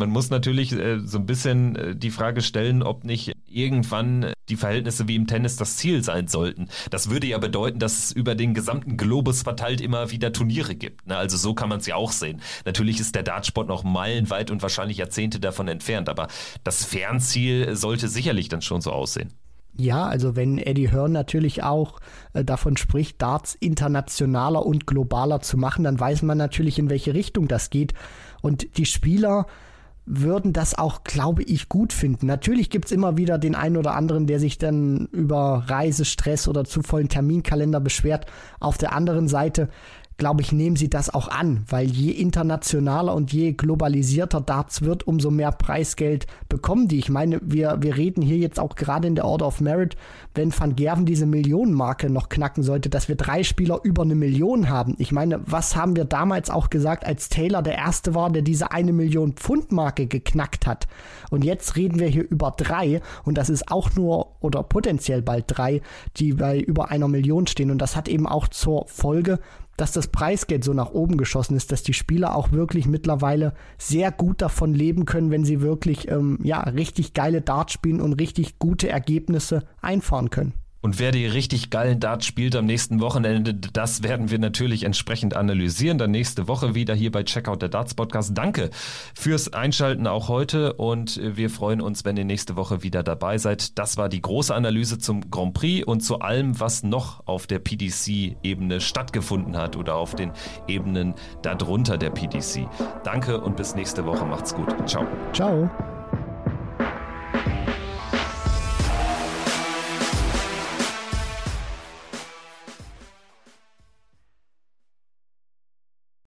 so ein bisschen die Frage stellen, ob nicht irgendwann die Verhältnisse wie im Tennis das Ziel sein sollten. Das würde ja bedeuten, dass es über den gesamten Globus verteilt immer wieder Turniere gibt. Also so kann man es ja auch sehen. Natürlich ist der Dartsport noch meilenweit und wahrscheinlich Jahrzehnte davon entfernt, aber das Fernziel sollte sicherlich dann schon so aussehen. Ja, also wenn Eddie Hearn natürlich auch davon spricht, Darts internationaler und globaler zu machen, dann weiß man natürlich, in welche Richtung das geht. Und die Spieler würden das auch, glaube ich, gut finden. Natürlich gibt's immer wieder den einen oder anderen, der sich dann über Reisestress oder zu vollen Terminkalender beschwert. Auf der anderen Seite, glaube ich, nehmen sie das auch an, weil je internationaler und je globalisierter Darts wird, umso mehr Preisgeld bekommen die. Ich meine, wir reden hier jetzt auch gerade in der Order of Merit, wenn Van Gerven diese Millionenmarke noch knacken sollte, dass wir 3 Spieler über 1 Million haben. Ich meine, was haben wir damals auch gesagt, als Taylor der Erste war, der diese 1 Million Pfund Marke geknackt hat? Und jetzt reden wir hier über 3 und das ist auch nur oder potenziell bald 3, die bei über 1 Million stehen. Und das hat eben auch zur Folge, dass das Preisgeld so nach oben geschossen ist, dass die Spieler auch wirklich mittlerweile sehr gut davon leben können, wenn sie wirklich richtig geile Darts spielen und richtig gute Ergebnisse einfahren können. Und wer die richtig geilen Darts spielt am nächsten Wochenende, das werden wir natürlich entsprechend analysieren. Dann nächste Woche wieder hier bei Checkout der Darts Podcast. Danke fürs Einschalten auch heute und wir freuen uns, wenn ihr nächste Woche wieder dabei seid. Das war die große Analyse zum Grand Prix und zu allem, was noch auf der PDC-Ebene stattgefunden hat oder auf den Ebenen darunter der PDC. Danke und bis nächste Woche. Macht's gut. Ciao. Ciao.